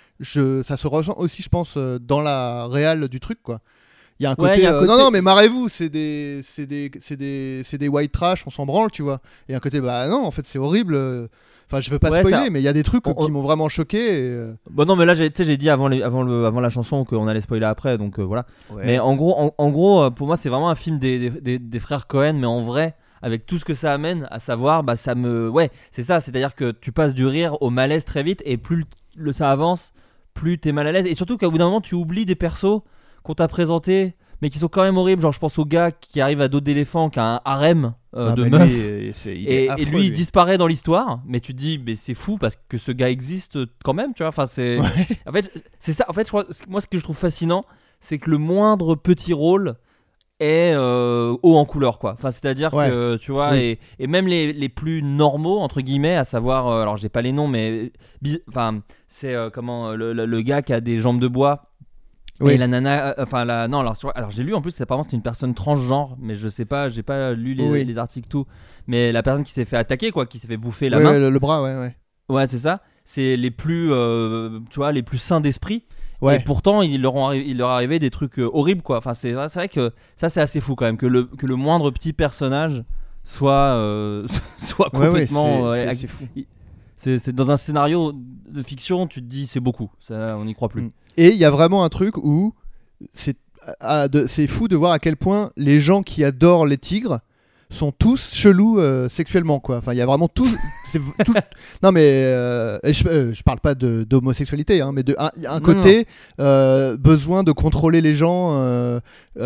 je, ça se ressent aussi, je pense, euh, dans la réal du truc, quoi. Il y a un côté, Ouais, il y a un euh, côté- non non mais marrez-vous, c'est des, c'est des, c'est des, c'est des white trash, on s'en branle, tu vois. Et un côté bah non, en fait c'est horrible. euh, Enfin, je veux pas Ouais, spoiler, ça- mais il y a des trucs on- qui m'ont vraiment choqué. Et, euh, Bon, non, mais là, j'ai, tu sais, j'ai dit avant, les, avant, le, avant la chanson qu'on allait spoiler après, donc euh, voilà. Mais en gros, en, en gros, euh, pour moi, c'est vraiment un film des, des, des- des frères Cohen, mais en vrai, avec tout ce que ça amène, à savoir, bah, ça me, ouais, c'est ça, c'est-à-dire que tu passes du rire au malaise très vite, et plus le, ça avance, plus t'es mal à l'aise, et surtout qu'au bout d'un moment, tu oublies des persos qu'on t'a présentés, mais qui sont quand même horribles. Genre, je pense au gars qui arrive à dos d'éléphant, qui a un harem euh, ah, de mais meufs. lui, euh, c'est- il est Et, et affreux, lui, il disparaît dans l'histoire, mais tu te dis, mais c'est fou parce que ce gars existe quand même, tu vois. Enfin, c'est. Ouais. En fait, c'est ça. En fait, je crois, moi, ce que je trouve fascinant, c'est que le moindre petit rôle est euh, haut en couleur, quoi. Enfin, c'est-à-dire Ouais. que tu vois, Oui. et, et même les, les plus normaux entre guillemets, à savoir, euh, alors j'ai pas les noms, mais bi- enfin, c'est euh, comment euh, le, le- le gars qui a des jambes de bois. Oui. Et la nana, euh, enfin la, non alors, sur- alors j'ai lu en plus apparemment c'est une personne transgenre, mais je sais pas, j'ai pas lu les, Oui. les articles tout, mais la personne qui s'est fait attaquer quoi, qui s'est fait bouffer la Ouais, main, le, le bras, ouais, ouais. ouais c'est ça, c'est les plus, euh, tu vois, les plus sains d'esprit. Ouais. Et pourtant il leur, ont arri- il leur est arrivé des trucs euh, horribles quoi. Enfin c'est, c'est vrai que ça c'est assez fou quand même que le, que le moindre petit personnage soit, euh, soit Ouais, ouais, complètement, c'est- euh, c'est- ac- c'est fou. c'est, c'est dans un scénario de fiction tu te dis c'est beaucoup, ça on n'y croit plus. Mm. Et il y a vraiment un truc où c'est, à- de- c'est fou de voir à quel point les gens qui adorent les tigres sont tous chelous euh, sexuellement, quoi. Enfin, il y a vraiment tout. c'est v- tout- non, mais euh, et je, euh, je parle pas de, d'homosexualité, hein, mais de un, il y a un Non, côté euh, besoin de contrôler les gens euh,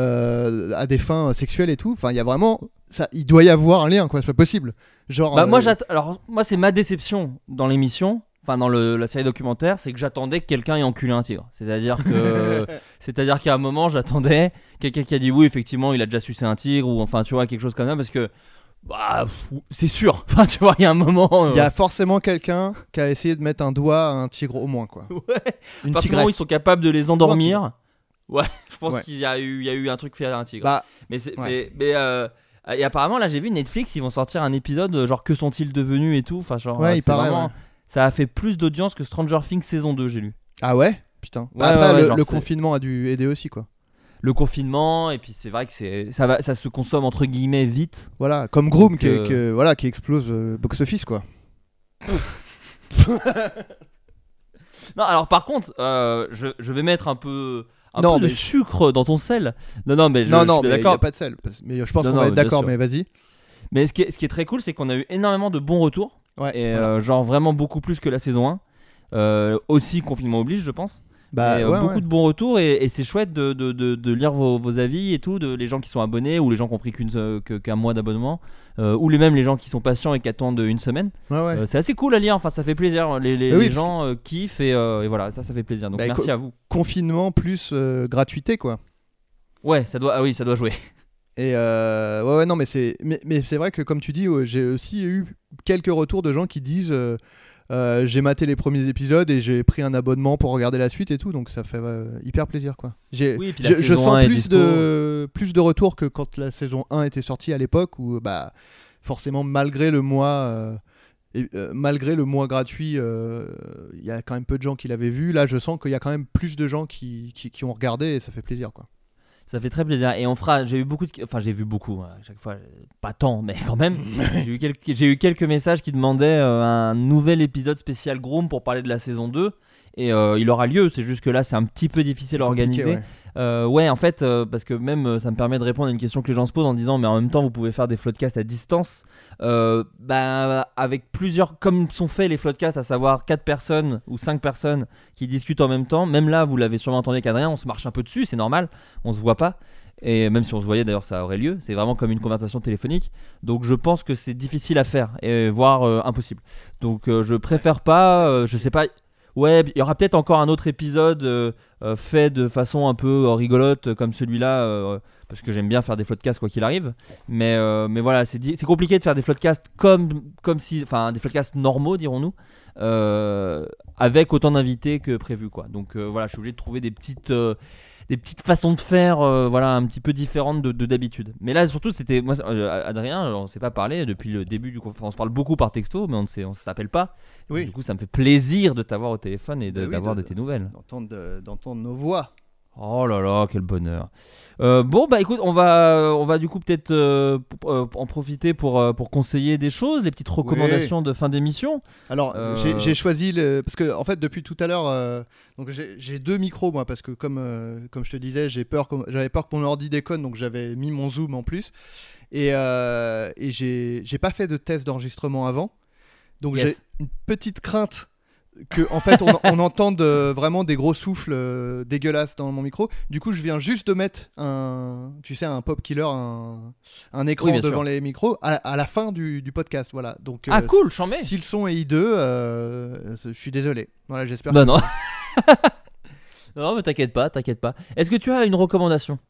euh, à des fins sexuelles et tout. Enfin, il y a vraiment ça. Il doit y avoir un lien, quoi. C'est pas possible. Genre. Bah, moi, euh, j'att- alors, moi, c'est ma déception dans l'émission, enfin dans le, la série documentaire, c'est que j'attendais que quelqu'un ait enculé un tigre. C'est-à-dire que, c'est-à-dire qu'à un moment, j'attendais quelqu'un qui a dit oui, effectivement, il a déjà sucé un tigre ou enfin, tu vois, quelque chose comme ça, parce que bah, pff, c'est sûr. Enfin, tu vois, il y a un moment. euh, Il y a forcément quelqu'un qui a essayé de mettre un doigt à un tigre au moins, quoi. Ouais. Une Parce que tigresse. ils sont capables de les endormir. Ouais, je pense Ouais. qu'il y a eu, il y a eu un truc fait à un tigre. Bah, Mais, c'est, ouais. mais, mais euh, et apparemment là j'ai vu Netflix, ils vont sortir un épisode euh, genre que sont-ils devenus et tout. Enfin genre Ouais, euh, il c'est paraît, vraiment, ouais. ça a fait plus d'audience que Stranger Things saison deux, j'ai lu. Ah ouais, putain. Ouais, Après, ouais, ouais, le, genre, le c'est- confinement a dû aider aussi, quoi. Le confinement, et puis c'est vrai que c'est, ça, va, ça se consomme entre guillemets vite. Voilà, comme Groom Donc, qui, euh, qui- voilà, qui explose euh, box-office, quoi. Non, alors par contre, euh, je, je vais mettre un peu, un Non, peu de mais je- sucre dans ton sel. Non, non, mais je, non, je non, suis mais il n'y d'accord. a pas de sel. parce- Mais je pense Non, qu'on non, va être bien d'accord, sûr. mais vas-y. Mais ce qui, est, ce qui est très cool, c'est qu'on a eu énormément de bons retours. Ouais, Et voilà. euh, genre vraiment beaucoup plus que la saison un. Euh, aussi confinement oblige, je pense. Bah, Et, euh, ouais, beaucoup ouais. de bons retours et, et c'est chouette de, de, de, de lire vos, vos avis et tout, de les gens qui sont abonnés ou les gens qui ont pris qu'une, euh, que- qu'un mois d'abonnement, euh, ou les mêmes les gens qui sont patients et qui attendent une semaine. Ouais, ouais. Euh, c'est assez cool à lire, enfin ça fait plaisir, les, les, Mais oui, les parce gens euh, kiffent et, euh, et voilà, ça ça fait plaisir. Donc Bah, merci co- à vous. Confinement plus euh, gratuité, quoi. Ouais, ça doit, ah oui, ça doit jouer. Et euh, ouais, ouais, non, mais c'est, mais, mais c'est vrai que comme tu dis, ouais, j'ai aussi eu quelques retours de gens qui disent euh, euh, j'ai maté les premiers épisodes et j'ai pris un abonnement pour regarder la suite et tout, donc ça fait euh, hyper plaisir, quoi. J'ai, Oui, puis la je, je saison un sens est plus dispo. de plus de retours que quand la saison un était sortie à l'époque où bah forcément malgré le mois euh, et, euh, malgré le mois gratuit, euh, il y a quand même peu de gens qui l'avaient vu. Là, je sens qu'il y a quand même plus de gens qui, qui, qui ont regardé et ça fait plaisir, quoi. Ça fait très plaisir. Et on fera. J'ai eu beaucoup de. Enfin, j'ai vu beaucoup. À chaque fois, pas tant, mais quand même. j'ai, eu quelques, j'ai eu quelques messages qui demandaient euh, un nouvel épisode spécial Groom pour parler de la saison deux. Et euh, il aura lieu. C'est juste que là, c'est un petit peu difficile à Compliqué, organiser. ouais. Euh, ouais, en fait, euh, parce que même euh, ça me permet de répondre à une question que les gens se posent en disant, mais en même temps, vous pouvez faire des floodcasts à distance. Euh, bah, avec plusieurs, comme sont faits les floodcasts, à savoir quatre personnes ou cinq personnes qui discutent en même temps. Même là, vous l'avez sûrement entendu avec Adrien, on se marche un peu dessus, c'est normal, on se voit pas. Et même si on se voyait d'ailleurs, ça aurait lieu. C'est vraiment comme une conversation téléphonique. Donc je pense que c'est difficile à faire, et voire euh, impossible. Donc euh, je préfère pas, euh, je sais pas. Ouais, il y aura peut-être encore un autre épisode euh, euh, fait de façon un peu euh, rigolote euh, comme celui-là, euh, parce que j'aime bien faire des floodcasts quoi qu'il arrive. Mais, euh, mais voilà, c'est, di- c'est compliqué de faire des floodcasts comme, comme si, enfin des floodcasts normaux dirons-nous, euh, avec autant d'invités que prévu quoi. Donc euh, voilà, je suis obligé de trouver des petites, euh, des petites façons de faire, euh, voilà, un petit peu différentes de, de d'habitude. Mais là surtout c'était, moi, euh, Adrien, on s'est pas parlé depuis le début du conférence, on se parle beaucoup par texto, mais on ne s'est- on s'appelle pas. Oui. Du coup, ça me fait plaisir de t'avoir au téléphone et de, Bah oui, d'avoir de- de tes nouvelles. D'entendre, de- d'entendre nos voix. Oh là là, quel bonheur. Euh, bon, bah écoute, on va, on va du coup peut-être euh, p- euh, en profiter pour, euh, pour conseiller des choses, les petites recommandations de fin d'émission. Alors, Euh, j'ai, j'ai choisi le... Parce que, en fait, depuis tout à l'heure, euh, donc j'ai, j'ai deux micros, moi, parce que comme, euh, comme je te disais, j'ai peur, que- j'avais peur que mon ordi déconne, donc j'avais mis mon Zoom en plus. Et, euh, et j'ai, j'ai pas fait de test d'enregistrement avant. Donc, Yes. j'ai une petite crainte que, en fait, on, on entende euh, vraiment des gros souffles euh, dégueulasses dans mon micro. Du coup, je viens juste de mettre un, tu sais, un pop killer, un, un écran Oui, bien devant sûr. les micros à, à la fin du, du podcast. Voilà. Donc, Ah euh, cool, j'en mets. si le son est hideux, euh, je suis désolé. Voilà, j'espère. Bah que... non. Non, mais t'inquiète pas, t'inquiète pas. Est-ce que tu as une recommandation?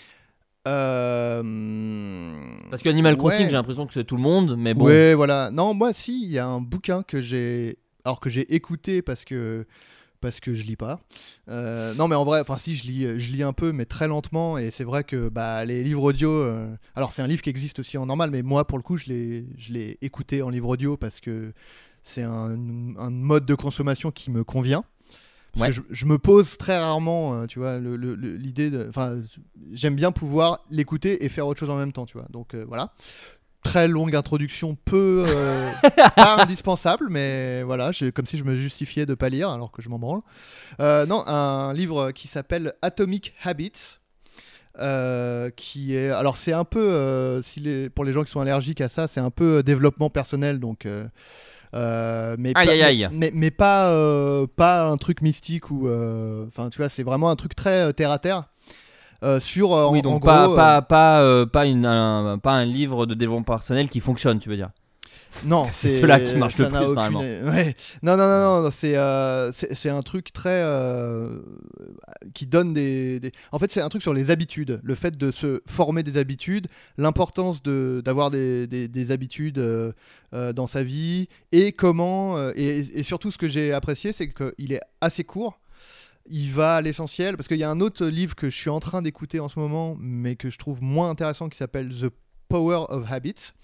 Euh... Parce que Animal Crossing, ouais. j'ai l'impression que c'est tout le monde, mais bon. Ouais, voilà. Non, moi, si, il y a un bouquin que j'ai, alors que j'ai écouté parce que parce que je lis pas. Euh, non, mais en vrai, enfin, si, je lis, je lis un peu, mais très lentement. Et c'est vrai que bah les livres audio. euh, Alors, c'est un livre qui existe aussi en normal, mais moi, pour le coup, je l'ai, je l'ai écouté en livre audio parce que c'est un, un mode de consommation qui me convient. Parce Ouais. que je, je me pose très rarement, euh, tu vois, le- le- le- l'idée de. Enfin, j'aime bien pouvoir l'écouter et faire autre chose en même temps, tu vois. Donc euh, voilà. Très longue introduction, peu. euh, pas indispensable, mais voilà, j'ai- comme si je me justifiais de pas lire alors que je m'en branle. Euh, non, un livre qui s'appelle Atomic Habits. euh, qui est. Alors, c'est un peu. euh, si les, pour les gens qui sont allergiques à ça, c'est un peu euh, développement personnel, donc. euh, Euh, mais, Aïe, pas, aïe, aïe. mais, mais, mais pas, euh, pas un truc mystique ou enfin tu vois, c'est vraiment un truc très euh, terre à terre euh, sur euh, Oui, en, donc en pas, gros, euh, pas, pas, euh, pas, une, un, pas un livre de développement personnel qui fonctionne, tu veux dire. non, c'est c'est ceux-là qui marchent ça le n'a plus, aucune- normalement. ouais. Non, non, non, non, c'est euh, c'est c'est un truc très euh, qui donne des, des- En fait, c'est un truc sur les habitudes, le fait de se former des habitudes, l'importance de d'avoir des, des, des habitudes euh, euh, dans sa vie et comment euh, et, et surtout ce que j'ai apprécié, c'est qu'il est assez court. Il va à l'essentiel parce qu'il y a un autre livre que je suis en train d'écouter en ce moment, mais que je trouve moins intéressant, qui s'appelle The Power of Habits,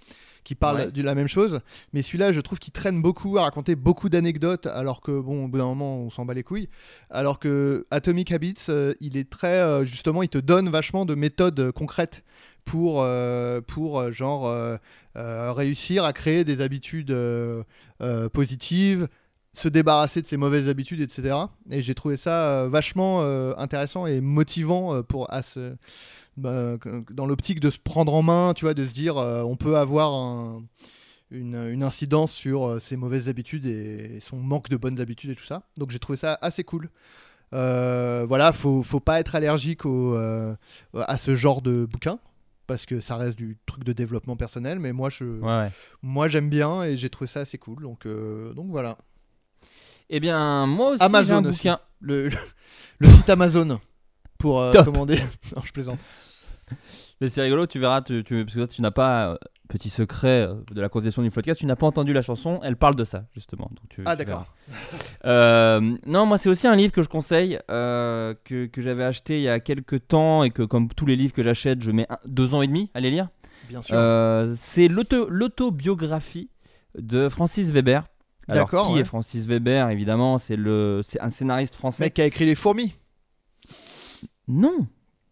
qui parle Ouais. de la même chose. Mais celui-là, je trouve qu'il traîne beaucoup à raconter beaucoup d'anecdotes, alors que, bon, au bout d'un moment, on s'en bat les couilles. Alors que Atomic Habits, euh, il est très, euh, justement, il te donne vachement de méthodes euh, concrètes pour, euh, pour euh, genre, euh, euh, réussir à créer des habitudes euh, euh, positives, se débarrasser de ses mauvaises habitudes, et cetera. Et j'ai trouvé ça euh, vachement euh, intéressant et motivant euh, pour à se, bah, dans l'optique de se prendre en main, tu vois, de se dire euh, on peut avoir un, une, une incidence sur euh, ses mauvaises habitudes et, et son manque de bonnes habitudes et tout ça. Donc j'ai trouvé ça assez cool. Euh, voilà, faut, faut pas être allergique au, euh, à ce genre de bouquin. Parce que ça reste du truc de développement personnel, mais moi, je, Ouais, ouais. moi j'aime bien et j'ai trouvé ça assez cool. Donc, euh, donc voilà. Eh bien, moi aussi, Amazon j'ai un aussi. bouquin. Le, le, le site Amazon pour euh, Top. commander. Non, je plaisante. Mais c'est rigolo, tu verras, tu, tu- parce que toi, tu n'as pas, euh, petit secret euh, de la conception du podcast, tu n'as pas entendu la chanson, elle parle de ça, justement. Donc tu, Ah, tu d'accord. verras. Euh, non, moi, c'est aussi un livre que je conseille, euh, que, que j'avais acheté il y a quelques temps et que, comme tous les livres que j'achète, je mets un- deux ans et demi à les lire. Bien sûr. Euh, c'est l'auto- l'autobiographie de Francis Weber. Alors, D'accord, qui ouais. est Francis Weber? Évidemment, c'est le, c'est un scénariste Le français. mec qui a écrit Les Fourmis. Non,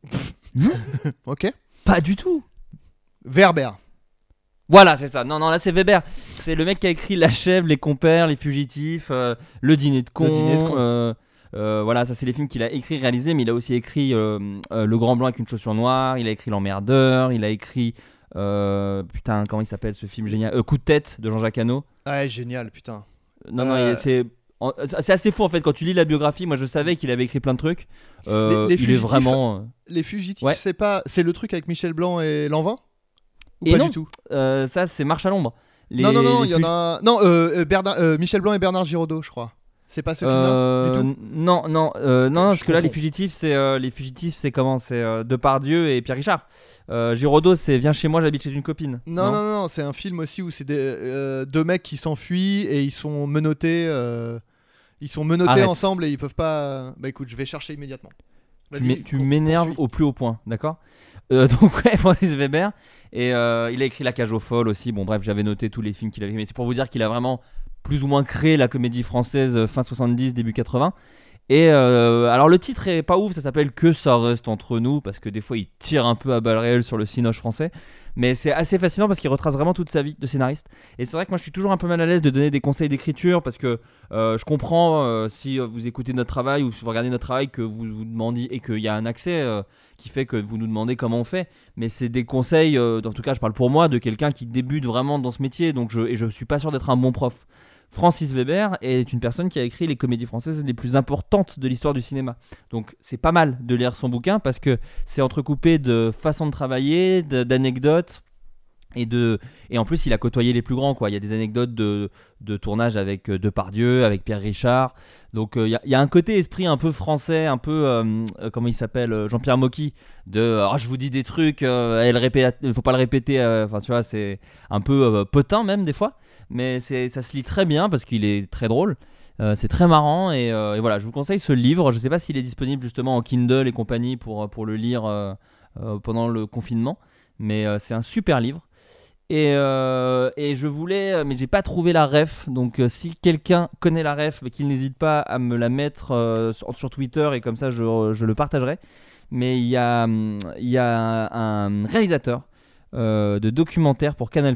Ok. pas du tout. Werber. Voilà, c'est ça. Non, non, là c'est Weber. C'est le mec qui a écrit La Chèvre, Les Compères, Les Fugitifs, euh, Le Dîner de con. Le Dîner de con. euh, euh, voilà, ça c'est les films qu'il a écrit, réalisé, mais il a aussi écrit euh, euh, Le Grand Blanc avec une chaussure noire. Il a écrit L'Emmerdeur. Il a écrit euh, putain, comment il s'appelle ce film génial, euh, Coup de tête de Jean-Jacques Hano. Ouais, génial, putain. Non, non, Euh, il- c'est en- c'est assez fou en fait quand tu lis la biographie. Moi, je savais qu'il avait écrit plein de trucs. Euh, Les- les il est Fugitifs, vraiment. Les Fugitifs, Ouais. c'est pas, c'est le truc avec Michel Blanc et Lanvin Ou Et pas non. du tout. euh, ça, c'est Marche à l'ombre. Les- Non, non, non, les il y en fugi- a. un- Non, euh, euh, Bernard- euh, Michel Blanc et Bernard Giraudot, je crois. C'est pas ce film-là Euh, du tout. Non, non, euh, non, non, Je parce que là, les confonds. fugitifs, c'est euh, les fugitifs, c'est comment? C'est euh, Depardieu et Pierre Richard. Euh, Giraudot, c'est Viens chez moi, j'habite chez une copine. Non, non, non, c'est un film aussi où c'est des, euh, deux mecs qui s'enfuient et ils sont menottés. euh, Ils sont menottés Arrête. ensemble et ils peuvent pas. Bah écoute, je vais chercher immédiatement. Tu Vas-y, m'é- tu pour- m'énerves poursuis. au plus haut point, d'accord? Euh, donc ouais, Francis Weber, et euh, il a écrit La Cage aux folles aussi. Bon bref, j'avais noté tous les films qu'il avait fait, mais c'est pour vous dire qu'il a vraiment plus ou moins créé la comédie française euh, fin soixante-dix, début quatre-vingts. Et euh, alors le titre est pas ouf, ça s'appelle Que ça reste entre nous, parce que des fois il tire un peu à balles réelles sur le cinoche français, mais c'est assez fascinant parce qu'il retrace vraiment toute sa vie de scénariste. Et c'est vrai que moi je suis toujours un peu mal à l'aise de donner des conseils d'écriture, parce que euh, je comprends euh, si vous écoutez notre travail ou si vous regardez notre travail que vous vous demandiez et qu'il y a un accès euh, qui fait que vous nous demandez comment on fait, mais c'est des conseils, euh, en tout cas je parle pour moi, de quelqu'un qui débute vraiment dans ce métier, donc je, et je suis pas sûr d'être un bon prof. Francis Weber est une personne qui a écrit les comédies françaises les plus importantes de l'histoire du cinéma. Donc c'est pas mal de lire son bouquin parce que c'est entrecoupé de façons de travailler, de- d'anecdotes. Et, de, et en plus, il a côtoyé les plus grands, quoi. Il y a des anecdotes de, de tournage avec euh, Depardieu, avec Pierre Richard. Donc euh, il y, a- il y a un côté esprit un peu français, un peu, euh, euh, comment il s'appelle, euh, Jean-Pierre Mocky, de euh, Ah, je vous dis des trucs, euh, et le répé- il faut pas le répéter. euh, Enfin, tu vois, c'est un peu euh, potin même des fois. Mais c'est, ça se lit très bien parce qu'il est très drôle. Euh, c'est très marrant. Et, euh, et voilà, je vous conseille ce livre. Je sais pas s'il est disponible justement en Kindle et compagnie pour, pour le lire euh, euh, pendant le confinement. Mais euh, c'est un super livre. Et, euh, et je voulais, mais j'ai pas trouvé la ref. Donc euh, si quelqu'un connaît la ref, mais qu'il n'hésite pas à me la mettre euh, sur, sur Twitter et comme ça je, je le partagerai. Mais il y a, hum, il y a un réalisateur euh, de documentaire pour Canal+,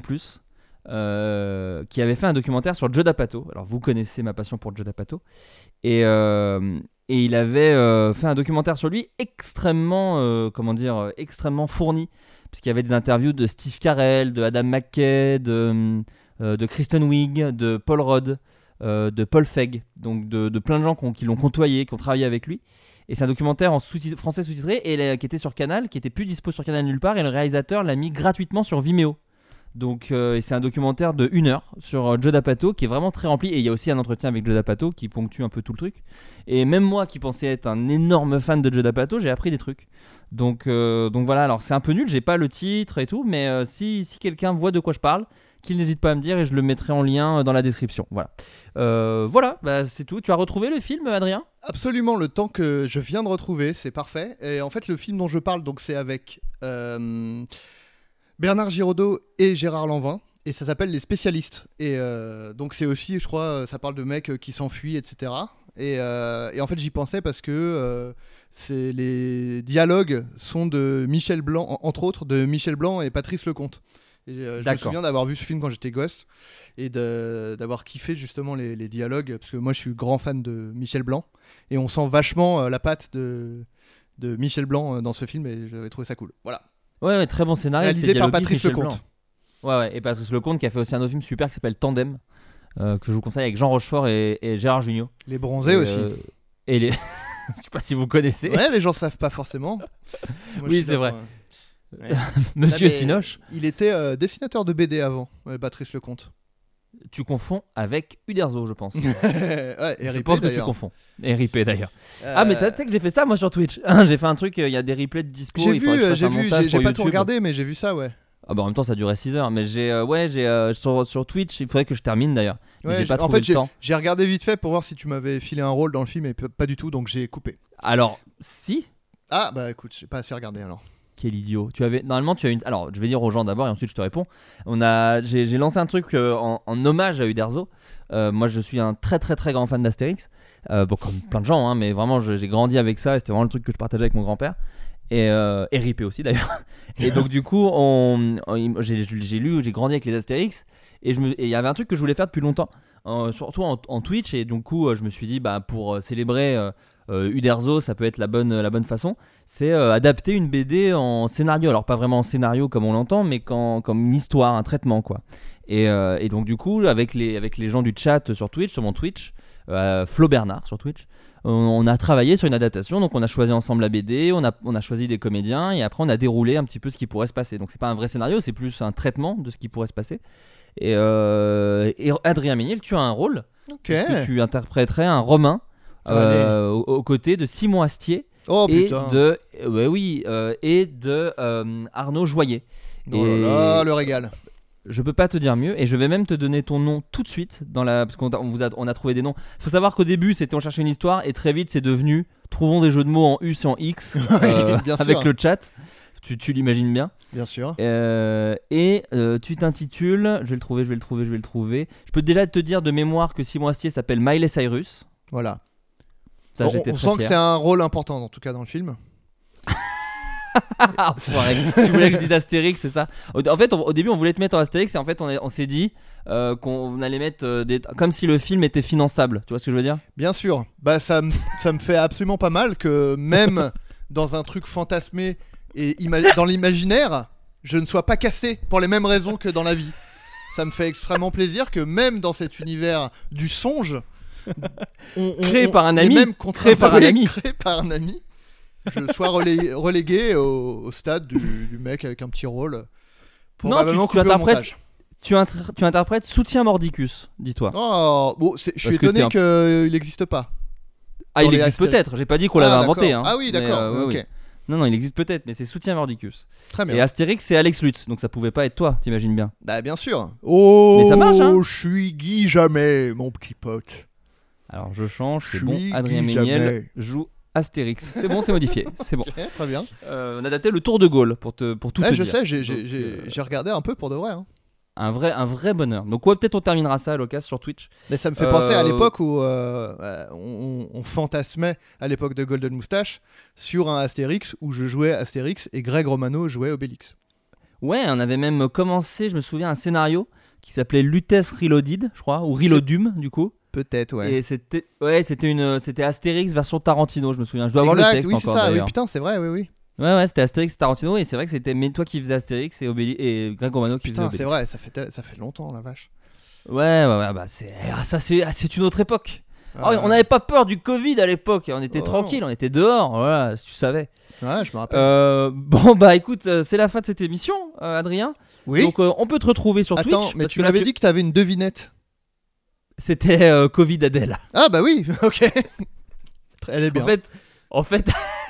euh, qui avait fait un documentaire sur Joe D'Apato. Alors vous connaissez ma passion pour Joe D'Apato. Et, euh, et il avait euh, fait un documentaire sur lui extrêmement, euh, comment dire, euh, extrêmement fourni. Puisqu'il y avait des interviews de Steve Carell, de Adam McKay, de, euh, de Kristen Wiig, de Paul Rudd, euh, de Paul Feig, donc de, de plein de gens qui, ont- qui l'ont côtoyé, qui ont travaillé avec lui. Et c'est un documentaire en sous français sous-titré et la- qui était sur Canal, qui était plus dispo sur Canal nulle part, et le réalisateur l'a mis gratuitement sur Vimeo. Donc euh, et c'est un documentaire de une heure sur euh, Joe D'Apato qui est vraiment très rempli, et il y a aussi un entretien avec Joe D'Apato qui ponctue un peu tout le truc. Et même moi qui pensais être un énorme fan de Joe D'Apato, j'ai appris des trucs. Donc, euh, donc voilà, alors c'est un peu nul, j'ai pas le titre et tout, mais euh, si, si quelqu'un voit de quoi je parle, qu'il n'hésite pas à me dire et je le mettrai en lien dans la description. Voilà, euh, voilà, bah, c'est tout. Tu as retrouvé le film, Adrien ? Absolument, le temps que je viens de retrouver, c'est parfait. Et en fait, le film dont je parle, donc, c'est avec euh, Bernard Giraudot et Gérard Lanvin. et ça s'appelle Les Spécialistes. Et euh, donc c'est aussi, je crois, ça parle de mecs qui s'enfuient, et cetera. Et, euh, et en fait, j'y pensais parce que euh, c'est les dialogues sont de Michel Blanc, entre autres de Michel Blanc et Patrice Lecomte. Et, euh, je me souviens d'avoir vu ce film quand j'étais gosse et de, d'avoir kiffé justement les, les dialogues, parce que moi je suis grand fan de Michel Blanc et on sent vachement euh, la patte de, de Michel Blanc euh, dans ce film et j'avais trouvé ça cool. Voilà. Ouais, ouais, très bon scénario. Réalisé par Patrice Lecomte. Ouais, ouais, et Patrice Lecomte qui a fait aussi un autre film super qui s'appelle Tandem, euh, que je vous conseille, avec Jean Rochefort et, et Gérard Jugnot. Les Bronzés et, aussi. Euh, et les. Je sais pas si vous connaissez. Ouais, les gens savent pas forcément. Moi, oui, c'est vrai. Pour, euh... Ouais. Monsieur Là, Sinoche. Il était euh, dessinateur de B D avant, euh, Patrice Lecomte. Tu confonds avec Uderzo, je pense. ouais, et je R I P, pense que d'ailleurs. tu confonds. Et R I P d'ailleurs. Euh... Ah, mais tu sais que j'ai fait ça moi sur Twitch. j'ai fait un truc, il y a des replays de dispo. J'ai il vu, faudrait que je fasse j'ai un vu, montage j'ai, j'ai pour pas YouTube. tout regardé, mais j'ai vu ça, ouais. Ah bah en même temps ça durait six heures, mais j'ai euh, ouais j'ai euh, sur, sur Twitch, il faudrait que je termine d'ailleurs. Mais Ouais, j'ai pas en trouvé fait, le j'ai, temps. j'ai regardé vite fait pour voir si tu m'avais filé un rôle dans le film, et p- pas du tout, donc j'ai coupé. Alors si. Ah bah écoute, j'ai pas assez regardé alors. Quel idiot. Tu avais normalement tu as une. Alors je vais dire aux gens d'abord et ensuite je te réponds. On a j'ai, j'ai lancé un truc euh, en, en hommage à Uderzo. Euh, moi je suis un très très très grand fan d'Astérix. Euh, bon comme plein de gens, hein, mais vraiment je, j'ai grandi avec ça. Et c'était vraiment le truc que je partageais avec mon grand-père. Et euh, R I P aussi d'ailleurs. Et donc du coup on, on- j'ai, j'ai lu, j'ai grandi avec les Astérix. Et je me, et il y avait un truc que je voulais faire depuis longtemps, euh, surtout en, en Twitch. Et du coup euh, je me suis dit bah pour euh, célébrer euh, euh, Uderzo, ça peut être la bonne la bonne façon. C'est euh, adapter une B D en scénario. Alors pas vraiment en scénario comme on l'entend, mais quand, comme une histoire, un traitement quoi. Et, euh, et donc du coup avec les avec les gens du chat sur Twitch, sur mon Twitch, euh, Flo Bernard sur Twitch. On a travaillé sur une adaptation, donc on a choisi ensemble la B D, on a, on a choisi des comédiens et après on a déroulé un petit peu ce qui pourrait se passer. Donc c'est pas un vrai scénario, c'est plus un traitement de ce qui pourrait se passer. Et, euh, et Adrien Méniel, tu as un rôle, Ok. puisque tu interpréterais un Romain euh, aux, aux côtés de Simon Astier Oh et putain. de, euh, ouais, oui, euh, et de euh, Arnaud Joyer. Oh là et- là, le régal. Je peux pas te dire mieux et je vais même te donner ton nom tout de suite dans la parce qu'on t'a- on vous a on a trouvé des noms. Faut savoir qu'au début c'était on cherchait une histoire et très vite c'est devenu trouvons des jeux de mots en U et en X euh, bien sûr. avec le chat. Tu, tu l'imagines bien. Bien sûr. Euh, et euh, tu t'intitules, je vais le trouver, je vais le trouver, je vais le trouver. Je peux déjà te dire de mémoire que Simon Astier s'appelle Miley Cyrus. Voilà. Ça Bon, j'étais on très sent que fier. c'est un rôle important en tout cas dans le film. Ah, enfoiré. Tu voulais que je dise Astérix, c'est ça? Au- En fait, on- au début, on voulait te mettre en Astérix et en fait, on, est- on s'est dit euh, qu'on allait mettre euh, des... comme si le film était finançable. Tu vois ce que je veux dire? Bien sûr. Bah ça me ça me fait absolument pas mal que même dans un truc fantasmé et ima- dans l'imaginaire, je ne sois pas cassé pour les mêmes raisons que dans la vie. Ça me fait extrêmement plaisir que même dans cet univers du songe, on, on- Créé on- par un les ami. mêmes Créé par un contraintes- ami. créé par un ami, je sois relé- relégué au, au stade du, du mec avec un petit rôle. Probablement tu- tu coupé au interprètes- montage. Tu, inter- tu interprètes Soutien Mordicus, dis-toi. Oh, bon, c'est- je suis Parce que étonné t'es un- qu'il n'existe pas. Ah, dans il les existe Astérix. peut-être. J'ai pas dit qu'on Ah, l'avait d'accord. inventé. Hein. Ah oui, Mais, d'accord. euh, oui, ok. oui. Non, non, il existe peut-être, mais c'est Soutien Mordicus. Très bien. Et Astérix, c'est Alex Lutz, donc ça pouvait pas être toi, t'imagines bien. Bah bien sûr. Oh, Mais ça marche, hein. je suis Guy Jamais, mon petit pote. Alors je change, c'est Je bon. suis Adrien Guy Méniel Jamais. joue Astérix. C'est bon, c'est modifié. C'est bon. Ok, très bien. Euh, on a adapté le Tour de Gaulle pour te pour tout Ouais, te je dire. sais, j'ai, j'ai, Donc, j'ai, euh, j'ai regardé un peu pour de vrai. Hein. un vrai un vrai bonheur. Donc ouais, peut-être on terminera ça à l'occasion sur Twitch. Mais ça me fait penser à Euh, l'époque où euh, euh, on, on fantasmait, à l'époque de Golden Moustache, sur un Astérix où je jouais Astérix et Greg Romano jouait Obélix. Ouais, on avait même commencé, je me souviens, un scénario qui s'appelait Lutèce Reloaded, je crois, ou Reloadum du coup. Peut-être, ouais. Et c'était ouais, c'était une c'était Astérix version Tarantino, je me souviens. Je dois avoir exact, le texte oui, c'est encore ça. Oui, d'ailleurs. putain, c'est vrai, oui, oui. Ouais ouais, c'était Astérix et Tarantino et c'est vrai que c'était mais toi qui faisais Astérix et Obélix et Greg Romano qui Putain, faisait c'est Obélix. vrai, ça fait, tel- ça fait longtemps, la vache. Ouais ouais ouais, bah c'est ah, ça c'est ah, c'est une autre époque. Ah, Ouais. on n'avait pas peur du Covid à l'époque, on était Oh, tranquille, non. on était dehors, voilà, si tu savais. Ouais, je me rappelle. Euh, bon bah écoute, euh, c'est la fin de cette émission, euh, Adrien. oui. Donc euh, on peut te retrouver sur Attends, Twitch. mais parce tu que là, m'avais dit que t'avais une devinette. C'était euh, Covid Adèle. Ah bah oui, ok. Elle est bien. En fait, en fait,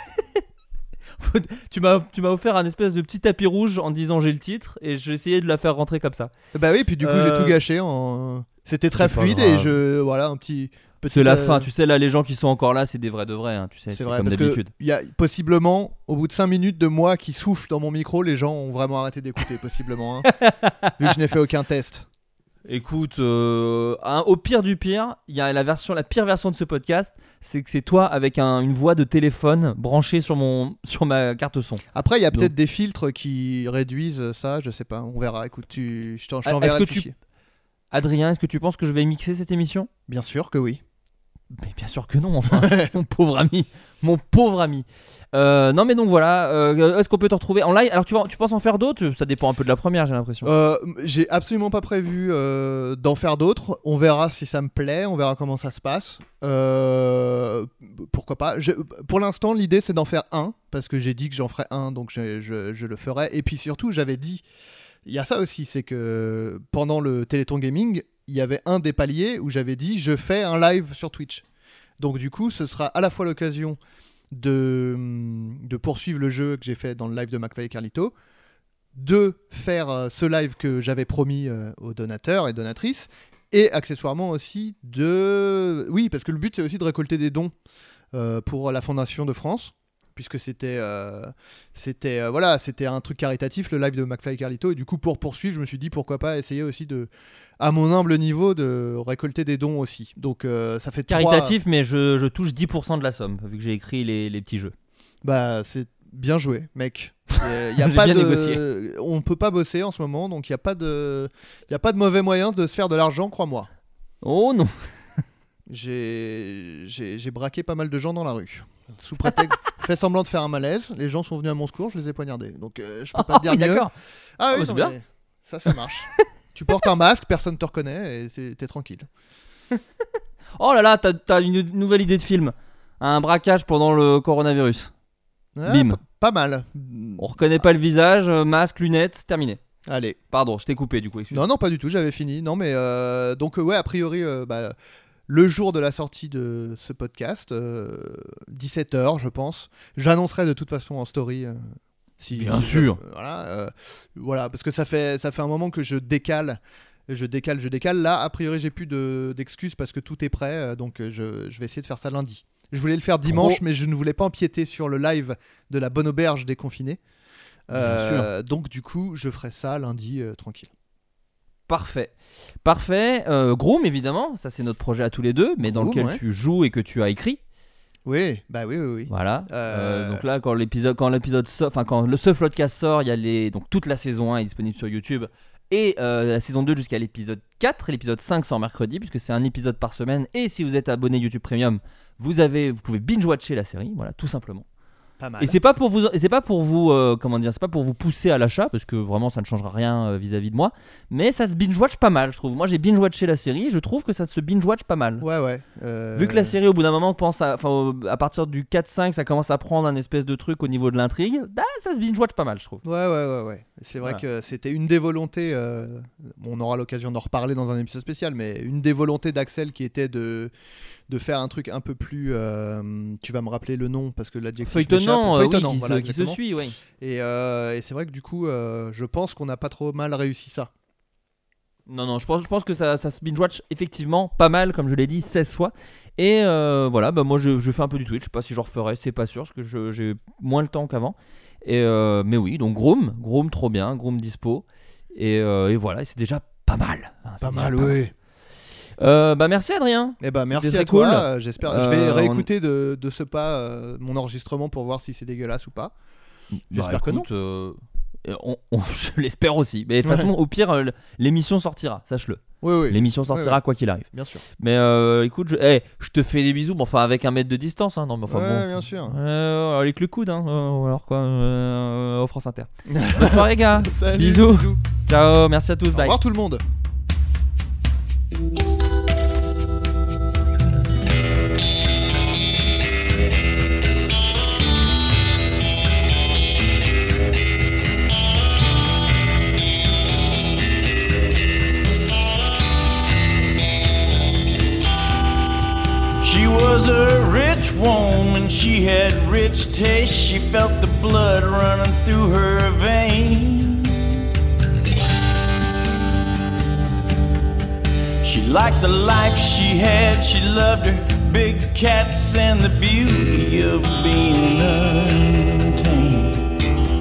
faut- tu m'as tu m'as offert un espèce de petit tapis rouge en disant j'ai le titre et j'ai essayé de la faire rentrer comme ça. Bah oui, puis du coup j'ai Euh, tout gâché en. C'était très C'est pas fluide grave. et je voilà un petit. C'est la euh, fin, tu sais, là, les gens qui sont encore là, c'est des vrais de vrais, hein, tu sais, C'est c'est vrai comme parce d'habitude. que il y a possiblement au bout de cinq minutes de moi qui souffle dans mon micro, les gens ont vraiment arrêté d'écouter possiblement, hein, vu que je n'ai fait aucun test. Écoute, euh, hein, au pire du pire, il y a la version, la pire version de ce podcast, c'est que c'est toi avec un- une voix de téléphone branchée sur mon, sur ma carte son. Après, il y a peut-être Donc- des filtres qui réduisent ça, je sais pas, on verra. Écoute, tu, je t'en- je Ah, t'enverrai est-ce le que tu- fichier. Adrien, est-ce que tu penses que je vais mixer cette émission ? Bien sûr que oui. Mais bien sûr que non, enfin, mon pauvre ami, mon pauvre ami. Euh, non mais donc voilà, euh, est-ce qu'on peut te retrouver en live ? Alors tu, vas, tu penses en faire d'autres ? Ça dépend un peu de la première, j'ai l'impression. Euh, j'ai absolument pas prévu euh, d'en faire d'autres. On verra si ça me plaît, on verra comment ça se passe. Euh, pourquoi pas. Je- pour l'instant, l'idée c'est d'en faire un, parce que j'ai dit que j'en ferais un, donc je, je- je le ferai. Et puis surtout, j'avais dit, il y a ça aussi, c'est que pendant le Téléthon Gaming, il y avait un des paliers où j'avais dit je fais un live sur Twitch. Donc du coup, ce sera à la fois l'occasion de, de poursuivre le jeu que j'ai fait dans le live de McFly et Carlito, de faire euh, ce live que j'avais promis euh, aux donateurs et donatrices, et accessoirement aussi de... Oui, parce que le but c'est aussi de récolter des dons euh, pour la Fondation de France, puisque c'était euh, c'était euh, voilà, c'était un truc caritatif, le live de McFly et Carlito, et du coup pour poursuivre, je me suis dit pourquoi pas essayer aussi de, à mon humble niveau, de récolter des dons aussi. Donc euh, ça fait trois- Caritatif, mais je, je touche dix pour cent de la somme, vu que j'ai écrit les, les petits jeux. Bah, c'est bien joué, mec. Il y a J'ai pas bien de... négocié. On peut pas bosser en ce moment, donc il n'y a, pas de... y a pas de mauvais moyen de se faire de l'argent, crois-moi. Oh non. J'ai j'ai j'ai braqué pas mal de gens dans la rue. Sous prétexte, fait semblant de faire un malaise, les gens sont venus à mon secours, je les ai poignardés. Donc euh, je peux pas Ah te dire oui, mieux. d'accord. Ah Ah oui, bah, c'est non, bien. mais ça, ça marche. Tu portes un masque, personne te reconnaît et c'est- t'es tranquille. Oh là là, t'as, t'as une nouvelle idée de film. Un braquage pendant le coronavirus. Ah, Bim. p- Pas mal. On reconnaît pas le visage, euh, masque, lunettes, terminé. Allez. Pardon, je t'ai coupé du coup, excuse. Non, non, pas du tout, j'avais fini. Non, mais euh, donc, euh, ouais, a priori, euh, bah, le jour de la sortie de ce podcast, euh, dix-sept heures, je pense, j'annoncerai de toute façon en story. euh, si, Bien si- sûr. euh, voilà, euh, voilà, parce que ça fait, ça fait un moment que je décale. Je décale, je décale. Là, a priori, j'ai plus de- d'excuses parce que tout est prêt. euh, Donc, euh, je, je vais essayer de faire ça lundi. Je voulais le faire dimanche, mais je ne voulais pas empiéter sur le live de la Bonne Auberge déconfinée. Euh, donc, du coup, je ferai ça lundi euh, tranquille. Parfait. Parfait. Euh, Groom, évidemment, ça c'est notre projet à tous les deux, mais dans Groom, lequel ouais. tu joues et que tu as écrit. Oui, bah oui, oui, oui. Voilà. Euh, Euh, donc là, quand l'épisode, quand l'épisode sort, enfin quand le ce Floodcast sort, il y a les, donc toute la saison un est disponible sur YouTube et euh, la saison deux jusqu'à l'épisode quatre. Et l'épisode cinq sort mercredi puisque c'est un épisode par semaine. Et si vous êtes abonné YouTube Premium, vous avez, vous pouvez binge-watcher la série. Voilà, tout simplement. Pas mal. Et c'est pas pour vous, et c'est pas pour vous, euh, comment dire, c'est pas pour vous pousser à l'achat parce que vraiment ça ne changera rien euh, vis-à-vis de moi. Mais ça se binge-watch pas mal, je trouve. Moi j'ai binge-watché la série, et je trouve que ça se binge-watch pas mal. Ouais, ouais. euh, Vu que la série, au bout d'un moment, pense à, enfin, au- à partir du quatre cinq, ça commence à prendre un espèce de truc au niveau de l'intrigue, bah ça se binge-watch pas mal, je trouve. Ouais, ouais, ouais, ouais. C'est vrai Voilà. que c'était une des volontés. euh, On aura l'occasion d'en reparler dans un épisode spécial, mais une des volontés d'Axel qui était de de faire un truc un peu plus. euh, Tu vas me rappeler le nom parce que l'adjectif Feuilletonnant, m'échappe. euh, oui, Feuilletonnant, qui, voilà, se, qui se exactement. suit, oui. Et, euh, et c'est vrai que du coup, euh, je pense qu'on n'a pas trop mal réussi ça. Non, non, je pense, je pense que ça, ça se binge-watch effectivement pas mal, comme je l'ai dit, seize fois. Et euh, voilà, bah moi je, je fais un peu du Twitch, je sais pas si j'en referai, c'est pas sûr, parce que je- j'ai moins le temps qu'avant. Et euh, mais oui, donc Groom, Groom trop bien, Groom dispo. Et, euh, et voilà, et c'est déjà pas mal. hein, c'est Pas déjà mal, oui. Euh, bah merci Adrien. Eh ben merci C'était à très cool. toi. euh, J'espère. Je Euh, vais on- réécouter de, de ce pas euh, mon enregistrement pour voir si c'est dégueulasse ou pas. J'espère que non. écoute, euh, on- on- je l'espère aussi. Mais de toute façon, au pire, euh, l'émission sortira, sache-le. Oui, oui. L'émission sortira Ouais, ouais. quoi qu'il arrive. Bien sûr. Mais euh, écoute, je, eh, je te fais des bisous, mais enfin avec un mètre de distance. Hein, non, mais enfin Ouais, bon. bien sûr. Euh, avec le coude, hein, euh, ou alors quoi, euh, au France Inter. Bonne soirée, gars. Salut, Bisous. Ciao, merci à tous. Au Bye. revoir tout le monde. She was a rich woman, she had rich taste, she felt the blood running through her veins. She liked the life she had. She loved her big cats and the beauty of being untamed.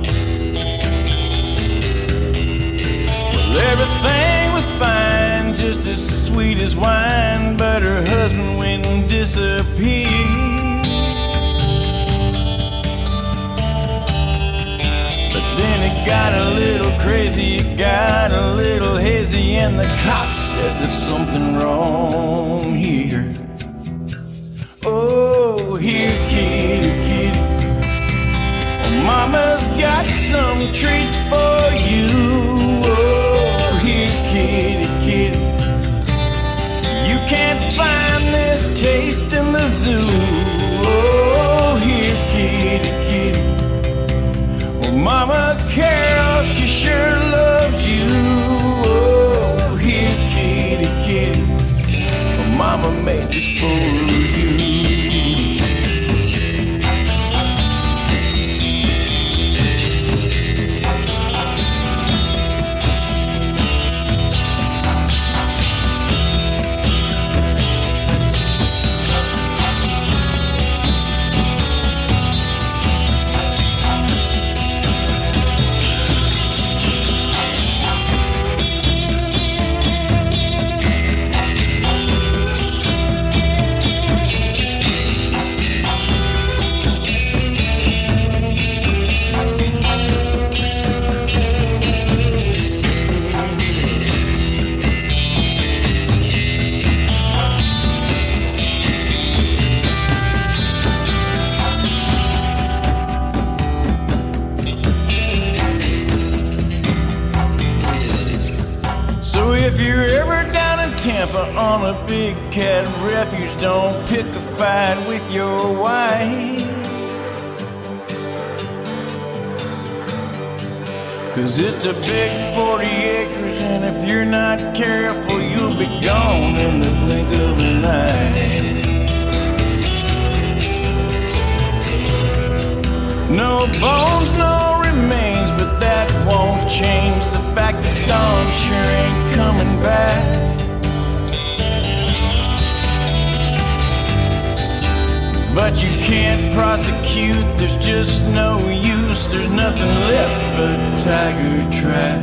Well, everything was fine, just as sweet as wine, but her husband went and disappeared. Got a little crazy, it got a little hazy, and the cops said there's something wrong here. Oh, here, kitty, kitty, well, mama's got some treats for you. Oh, here, kitty, kitty, you can't find this taste in the zoo. Oh, here, kitty, kitty, Mama Carol, she sure loves you. Oh, here, kitty, kitty, well, Mama made this for you. On a big cat refuge, don't pick a fight with your wife, 'cause it's a big forty acres, and if you're not careful, you'll be gone in the blink of an eye. No bones, no remains, but that won't change the fact that Dawn sure ain't coming back. But you can't prosecute, there's just no use. There's nothing left but tiger trap.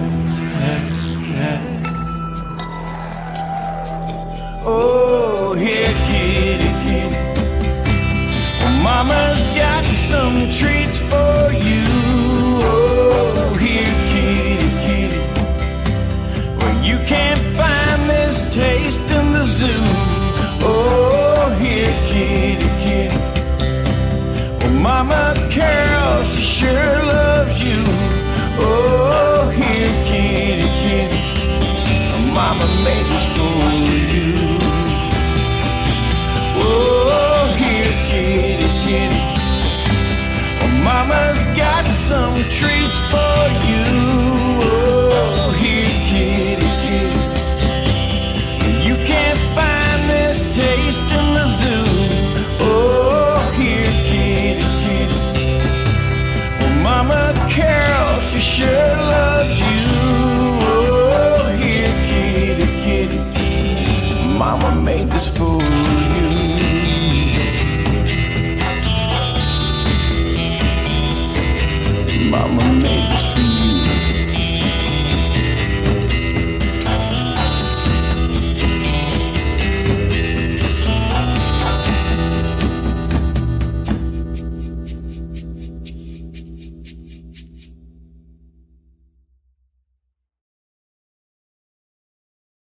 Oh, here, kitty, kitty, well, Mama's got some treats for you. Oh, here, kitty, kitty, well, you can't find this taste in the zoo. Oh, here, kitty, kitty, Mama Carol, she sure loves you. Oh, here, kitty, kitty, Mama made